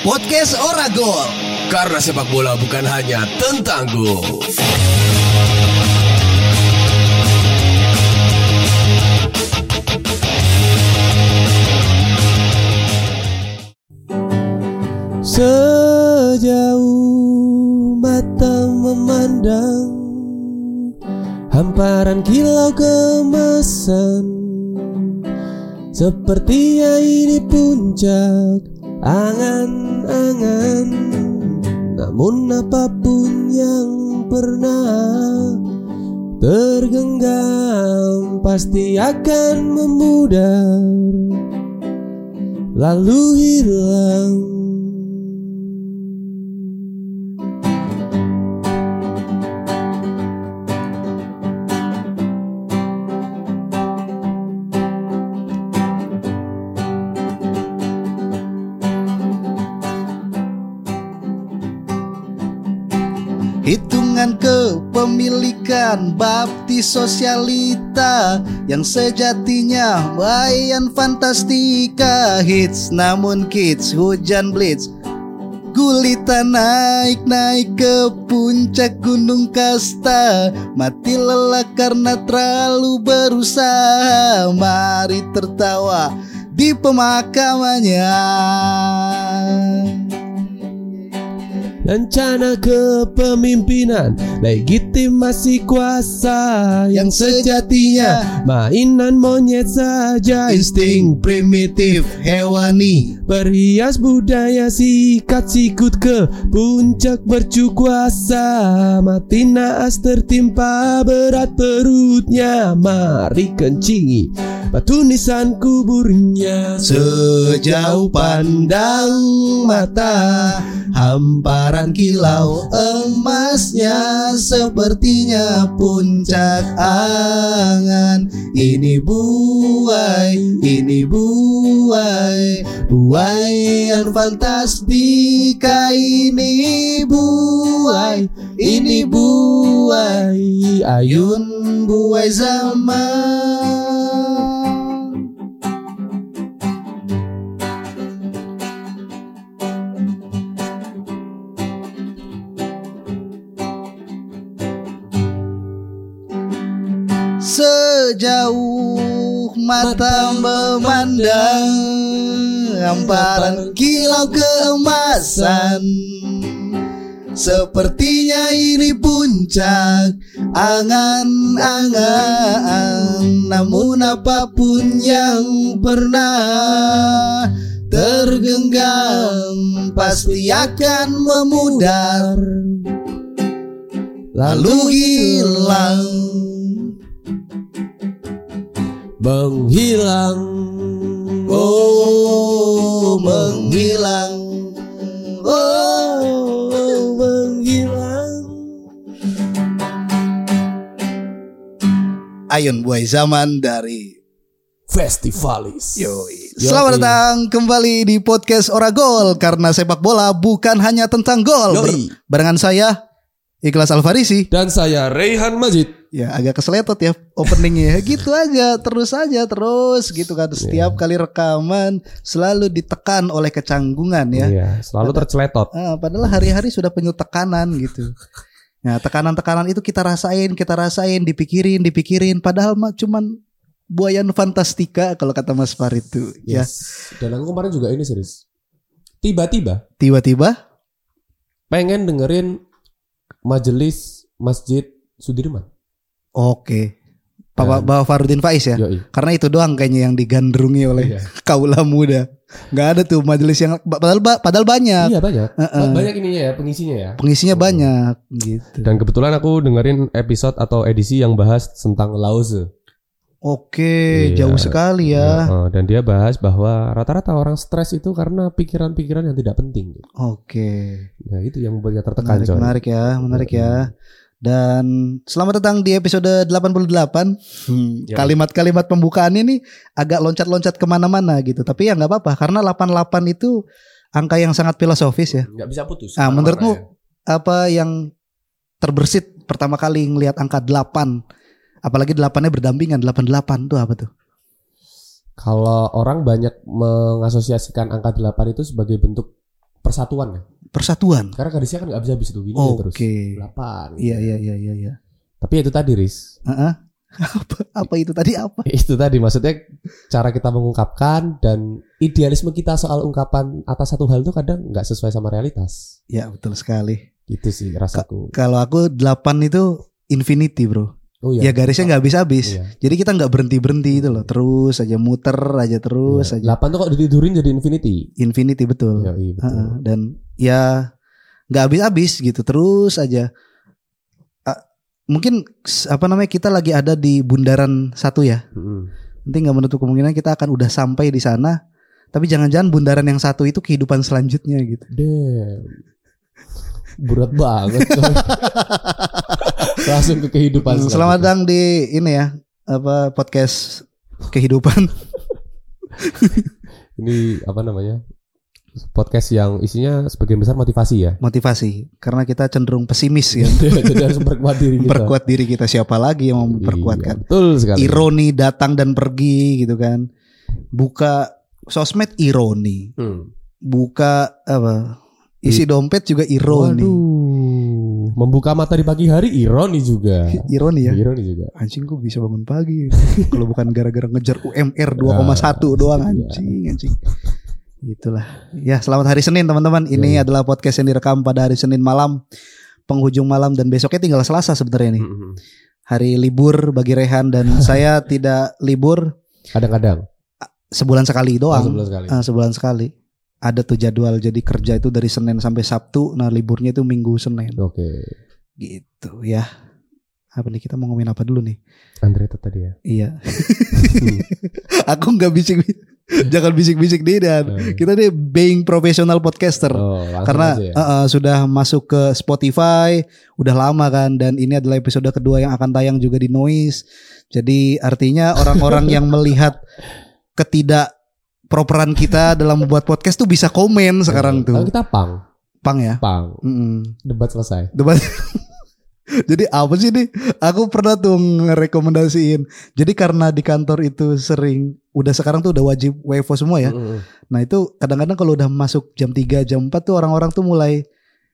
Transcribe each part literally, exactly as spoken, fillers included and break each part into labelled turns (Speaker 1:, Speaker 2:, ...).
Speaker 1: Podcast Oragol, karena sepak bola bukan hanya tentang gol.
Speaker 2: Sejauh mata memandang hamparan kilau keemasan, sepertinya ini puncak angan-angan. Namun apapun yang pernah tergenggam pasti akan memudar lalu hilang.
Speaker 3: Hitungan kepemilikan baptis sosialita yang sejatinya wayan fantastika. Hits namun kids hujan blitz, gulita naik-naik ke puncak gunung kasta. Mati lelah karena terlalu berusaha, mari tertawa di pemakamannya.
Speaker 2: Rencana kepemimpinan, legitimasi kuasa yang sejatinya mainan monyet saja.
Speaker 3: Insting primitif hewani,
Speaker 2: berhias budaya sikat sikut ke puncak bercukuasa. Mati naas tertimpa berat perutnya, mari kencingi batu nisan kuburnya.
Speaker 3: Sejauh pandang mata hamparan kilau emasnya, sepertinya puncak angan. Ini buai, ini buai, buaian fantastika. Ini buai, ini buai, ayun buai zaman. Sejauh mata memandang hamparan kilau keemasan, sepertinya ini puncak angan-angan. Namun apapun yang pernah tergenggam pasti akan memudar lalu hilang.
Speaker 2: Menghilang,
Speaker 3: oh menghilang,
Speaker 2: oh menghilang.
Speaker 3: Ayun buai zaman dari
Speaker 2: Festivalis.
Speaker 3: Yoi. Selamat datang kembali di podcast Oragol, karena sepak bola bukan hanya tentang gol. Ber- barengan saya Ikhlas Alfarisi
Speaker 2: dan saya Reyhan Majid.
Speaker 3: Ya agak keseletot ya openingnya. Gitu aja, terus aja terus gitu kan. Setiap yeah. kali rekaman selalu ditekan oleh kecanggungan ya.
Speaker 2: Iya, selalu Pada, terceletot.
Speaker 3: Ah, padahal hari-hari sudah penuh tekanan gitu. Nah, tekanan-tekanan itu kita rasain, kita rasain, dipikirin, dipikirin. Padahal mah cuman buayan fantastika kalau kata Mas Farid itu.
Speaker 2: Yes. Ya. Dan aku kemarin juga ini serius. Tiba-tiba.
Speaker 3: Tiba-tiba.
Speaker 2: Pengen dengerin majelis Masjid Sudirman.
Speaker 3: Oke, Bapak Bapak Farudin Faiz ya. Yoi. Karena itu doang kayaknya yang digandrungi oleh iya. kaula muda. Gak ada tuh majelis yang padahal padahal banyak.
Speaker 2: Iya banyak. Uh-uh. Banyak ininya ya, pengisinya ya.
Speaker 3: Pengisinya uh-huh. banyak gitu.
Speaker 2: Dan kebetulan aku dengerin episode atau edisi yang bahas tentang Lause.
Speaker 3: Oke, iya. jauh sekali ya.
Speaker 2: Uh, dan dia bahas bahwa rata-rata orang stres itu karena pikiran-pikiran yang tidak penting.
Speaker 3: Oke.
Speaker 2: Nah, itu yang membuatnya tertekan.
Speaker 3: Menarik, menarik ya, menarik ya. Dan selamat datang di episode delapan puluh delapan. hmm, ya. Kalimat-kalimat pembukaan ini agak loncat-loncat kemana-mana gitu. Tapi ya gak apa-apa, karena delapan puluh delapan itu angka yang sangat filosofis ya.
Speaker 2: Gak bisa putus.
Speaker 3: Nah, menurutmu ya. Apa yang terbersit pertama kali ngelihat angka delapan? Apalagi delapannya berdampingan, delapan puluh delapan itu apa tuh?
Speaker 2: Kalau orang banyak mengasosiasikan angka delapan itu sebagai bentuk persatuan ya.
Speaker 3: Persatuan.
Speaker 2: Karena gadisnya kan nggak habis-habis itu gini
Speaker 3: Oke.
Speaker 2: terus. Delapan.
Speaker 3: Iya iya iya iya. iya.
Speaker 2: Tapi itu tadi Riz.
Speaker 3: Uh-uh. apa, apa itu tadi apa?
Speaker 2: Itu tadi maksudnya cara kita mengungkapkan dan idealisme kita soal ungkapan atas satu hal itu kadang nggak sesuai sama realitas.
Speaker 3: Ya betul sekali.
Speaker 2: Gitu sih rasaku.
Speaker 3: K- kalau aku delapan itu infinity bro.
Speaker 2: Oh
Speaker 3: Ya garisnya nggak habis-habis.
Speaker 2: Iya.
Speaker 3: Jadi kita nggak berhenti-berhenti itu loh. Terus aja muter aja terus
Speaker 2: Iya.
Speaker 3: aja.
Speaker 2: delapan tuh kok ditidurin jadi infinity.
Speaker 3: Infinity betul.
Speaker 2: Ya, iya, betul.
Speaker 3: Uh-uh. Dan ya nggak habis-habis gitu. Terus aja. Uh, mungkin apa namanya kita lagi ada di bundaran satu ya.
Speaker 2: Mm-hmm.
Speaker 3: Nanti nggak menutup kemungkinan kita akan udah sampai di sana. Tapi jangan-jangan bundaran yang satu itu kehidupan selanjutnya gitu.
Speaker 2: Damn. Berat banget. Langsung ke kehidupan.
Speaker 3: Hmm, selamat datang di ini ya apa podcast kehidupan.
Speaker 2: Ini apa namanya? Podcast yang isinya sebagian besar motivasi ya.
Speaker 3: Motivasi karena kita cenderung pesimis ya.
Speaker 2: Jadi harus memperkuat diri kita.
Speaker 3: Memperkuat diri kita, siapa lagi yang mau memperkuatkan?
Speaker 2: Iya, betul sekali.
Speaker 3: Ironi datang dan pergi gitu kan. Buka sosmed ironi.
Speaker 2: Hmm.
Speaker 3: Buka apa? Isi dompet juga ironi.
Speaker 2: Waduh, membuka mata di pagi hari ironi juga.
Speaker 3: Ironi ya.
Speaker 2: Ironi juga.
Speaker 3: Anjing kok bisa bangun pagi. Kalau bukan gara-gara ngejar U M R dua koma satu doang anjing, anjing. Itulah. Ya, selamat hari Senin teman-teman. Ini ya, ya. adalah podcast yang direkam pada hari Senin malam, penghujung malam dan besoknya tinggal Selasa sebenarnya nih. Mm-hmm. Hari libur bagi Rehan dan saya tidak libur.
Speaker 2: Kadang-kadang.
Speaker 3: Sebulan sekali doang.
Speaker 2: Oh, sebulan sekali.
Speaker 3: Uh, sebulan sekali. Ada tuh jadwal jadi kerja itu dari Senin sampai Sabtu. Nah liburnya itu Minggu Senin.
Speaker 2: Oke.
Speaker 3: Gitu ya. Apa nih kita mau ngomongin apa dulu nih?
Speaker 2: Andre itu tadi ya.
Speaker 3: Iya. Aku nggak bisik. Jangan bisik-bisik nih dan hmm. kita nih being professional podcaster. Oh, karena ya? uh, uh, sudah masuk ke Spotify, udah lama kan. Dan ini adalah episode kedua yang akan tayang juga di Noise. Jadi artinya orang-orang yang melihat ketidak properan kita dalam membuat podcast tuh bisa komen sekarang tuh.
Speaker 2: Kalau kita pang,
Speaker 3: pang ya,
Speaker 2: pang.
Speaker 3: Mm-mm.
Speaker 2: Debat selesai.
Speaker 3: Debat. Jadi apa sih nih? Aku pernah tuh ngerekomendasiin. Jadi karena di kantor itu sering, udah sekarang tuh udah wajib W F O semua ya. Mm-hmm. Nah itu kadang-kadang kalau udah masuk jam tiga, jam empat tuh orang-orang tuh mulai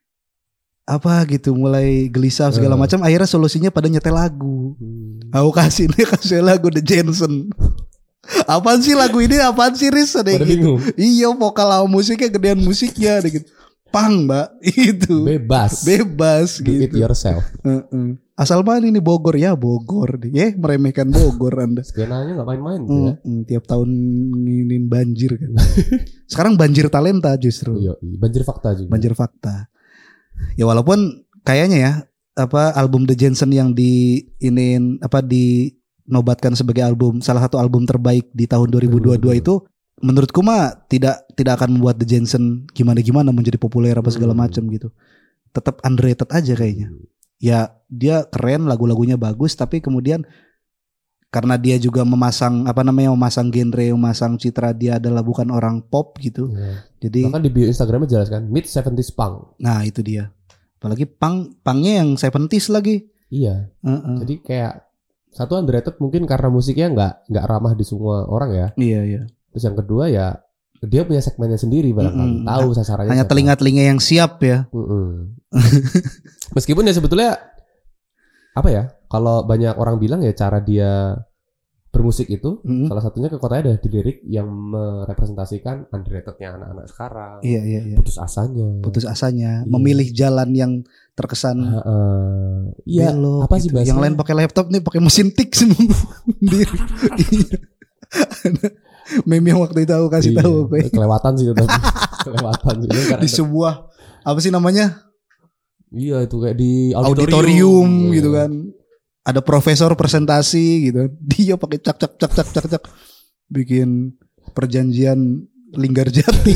Speaker 3: apa gitu, mulai gelisah segala uh. macam. Akhirnya solusinya pada nyetel lagu. Hmm. Aku kasih nih kasih lagu The Jensen. Apaan sih lagu ini? Apaan sih Riz? Ada gitu. Iya vokal sama musiknya gedean musiknya ada gitu. Pang mbak itu.
Speaker 2: Bebas.
Speaker 3: Bebas
Speaker 2: Do
Speaker 3: gitu.
Speaker 2: it yourself.
Speaker 3: Uh-uh. Asal mana ini Bogor ya Bogor deh. Ya meremehkan Bogor Anda.
Speaker 2: Skenanya gak main-main tuh ya.
Speaker 3: Uh-uh. Tiap tahun nginin banjir kan. Sekarang banjir talenta justru.
Speaker 2: Iya, banjir fakta juga.
Speaker 3: Banjir fakta. Ya walaupun kayaknya ya apa album The Jensen yang di inin apa di nobatkan sebagai album salah satu album terbaik di tahun dua ribu dua puluh dua itu menurutku mah tidak tidak akan membuat The Jensen gimana-gimana menjadi populer apa segala macam gitu. Tetap underrated aja kayaknya. Ya dia keren, lagu-lagunya bagus tapi kemudian karena dia juga memasang apa namanya memasang genre, memasang citra dia adalah bukan orang pop gitu.
Speaker 2: Ya.
Speaker 3: Jadi
Speaker 2: bahkan di bio Instagramnya jelas kan mid seventies punk.
Speaker 3: Nah, itu dia. Apalagi punk punknya yang seventies lagi.
Speaker 2: Iya.
Speaker 3: Uh-uh.
Speaker 2: Jadi kayak satu underrated mungkin karena musiknya nggak nggak ramah di semua orang ya.
Speaker 3: Iya iya.
Speaker 2: Terus yang kedua ya dia punya segmennya sendiri barangkali mm-hmm. tahu sasarannya.
Speaker 3: Hanya telinga-telinga yang siap ya.
Speaker 2: Meskipun ya sebetulnya apa ya? Kalau banyak orang bilang ya cara dia bermusik itu mm-hmm. salah satunya kekuatannya ada di lirik yang merepresentasikan underratednya anak-anak sekarang.
Speaker 3: Iya iya. iya.
Speaker 2: Putus asanya.
Speaker 3: Putus asanya. Iya. Memilih jalan yang terkesan.
Speaker 2: Uh, uh, iya. Apa
Speaker 3: gitu.
Speaker 2: sih bahasanya?
Speaker 3: Yang lain pakai laptop nih pakai mesin tik semua. Meme yang waktu itu aku kasih
Speaker 2: iya,
Speaker 3: tahu gue.
Speaker 2: Kelewatan sih tapi kelewatan sih
Speaker 3: di sebuah apa sih namanya?
Speaker 2: Iya itu kayak di auditorium,
Speaker 3: auditorium yeah. gitu kan. Ada profesor presentasi gitu. Dia pakai cak cak cak cak cak cak bikin perjanjian Linggarjati.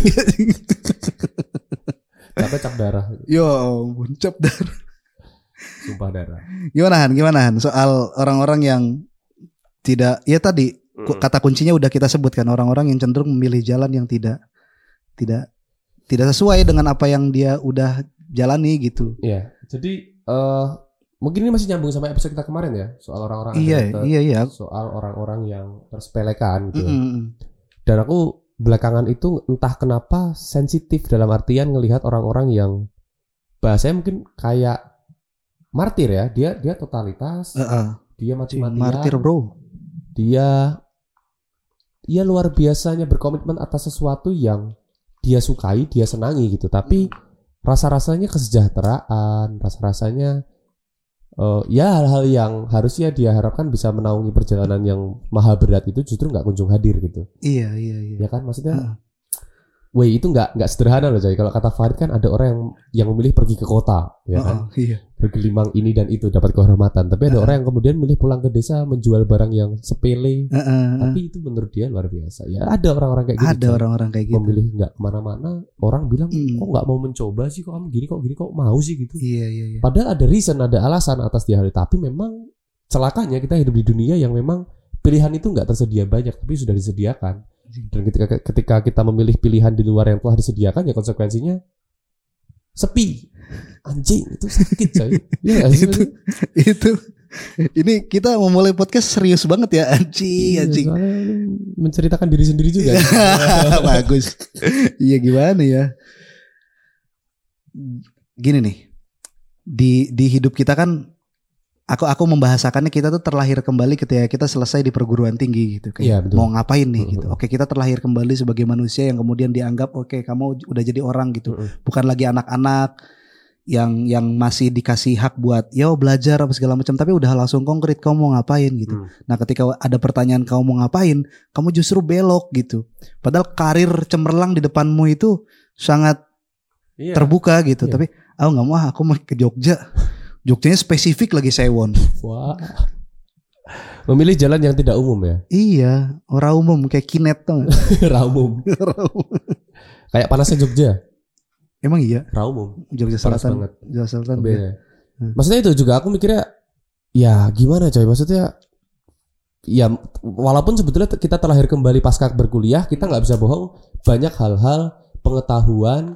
Speaker 2: Capek cap darah.
Speaker 3: Yo, cap darah.
Speaker 2: Sumpah darah.
Speaker 3: Gimana Han? Gimana Han? Soal orang-orang yang tidak ya tadi mm. kata kuncinya udah kita sebutkan, orang-orang yang cenderung memilih jalan yang tidak tidak tidak sesuai dengan apa yang dia udah jalani gitu.
Speaker 2: Iya. Jadi uh, mungkin ini masih nyambung sama episode kita kemarin ya, soal orang-orang
Speaker 3: iya,
Speaker 2: yang
Speaker 3: iya, iya.
Speaker 2: soal orang-orang yang tersepelekan gitu.
Speaker 3: Mm-hmm.
Speaker 2: Dan aku belakangan itu entah kenapa sensitif dalam artian ngelihat orang-orang yang bahasanya mungkin kayak martir ya, dia dia totalitas,
Speaker 3: uh-uh.
Speaker 2: dia mati-matian,
Speaker 3: martir bro,
Speaker 2: dia dia luar biasanya berkomitmen atas sesuatu yang dia sukai, dia senangi gitu, tapi hmm. rasa-rasanya kesejahteraan, rasa-rasanya uh, ya hal-hal yang harusnya dia harapkan bisa menaungi perjalanan yang maha berat itu justru nggak kunjung hadir gitu.
Speaker 3: Iya iya iya.
Speaker 2: Ya kan maksudnya.
Speaker 3: Uh.
Speaker 2: Weh itu nggak nggak sederhana loh Jay. Kalau kata Farid kan ada orang yang yang memilih pergi ke kota, ya kan,
Speaker 3: oh, iya.
Speaker 2: bergelimang ini dan itu dapat kehormatan. Tapi ada uh-uh. orang yang kemudian milih pulang ke desa menjual barang yang sepele, uh-uh. tapi itu menurut dia luar biasa. Ya ada orang-orang kayak gitu.
Speaker 3: Ada orang-orang kayak gitu.
Speaker 2: Memilih nggak kemana-mana. Orang bilang mm. kok nggak mau mencoba sih, kok kamu gini kok gini kok mau sih gitu.
Speaker 3: Iya iya. iya.
Speaker 2: Padahal ada reason, ada alasan atas dia hal itu. Tapi memang celakanya kita hidup di dunia yang memang pilihan itu nggak tersedia banyak, tapi sudah disediakan. Dan ketika ketika kita memilih pilihan di luar yang telah disediakan, ya konsekuensinya sepi. Anjing itu sakit coy. Ya,
Speaker 3: itu itu ini kita memulai podcast serius banget ya anjing
Speaker 2: iya,
Speaker 3: anjing.
Speaker 2: Menceritakan diri sendiri juga.
Speaker 3: Bagus. Iya gimana ya? Gini nih. Di di hidup kita kan Aku aku membahasakannya kita tuh terlahir kembali ketika kita selesai di perguruan tinggi gitu kayak
Speaker 2: ya,
Speaker 3: mau ngapain nih uh-huh. gitu. Oke, kita terlahir kembali sebagai manusia yang kemudian dianggap oke kamu udah jadi orang gitu. Uh-huh. Bukan lagi anak-anak yang yang masih dikasih hak buat yo belajar apa segala macam, tapi udah langsung konkret kamu mau ngapain gitu. Uh-huh. Nah, ketika ada pertanyaan kamu mau ngapain, kamu justru belok gitu. Padahal karir cemerlang di depanmu itu sangat yeah. terbuka gitu. Yeah. Tapi aku enggak mau, aku mau ke Jogja. Jogjanya spesifik lagi Sewon.
Speaker 2: Wah. Memilih jalan yang tidak umum ya?
Speaker 3: Iya, orang umum kayak Kinet tuh.
Speaker 2: Ra umum. Kayak panasnya Jogja.
Speaker 3: Emang iya?
Speaker 2: Ra umum.
Speaker 3: Jogja Selatan. Jogja Selatan.
Speaker 2: Ya. Hmm. Maksudnya itu juga aku mikirnya ya gimana coy? Maksudnya ya walaupun sebetulnya kita terlahir kembali pasca berkuliah, kita nggak bisa bohong, banyak hal-hal pengetahuan,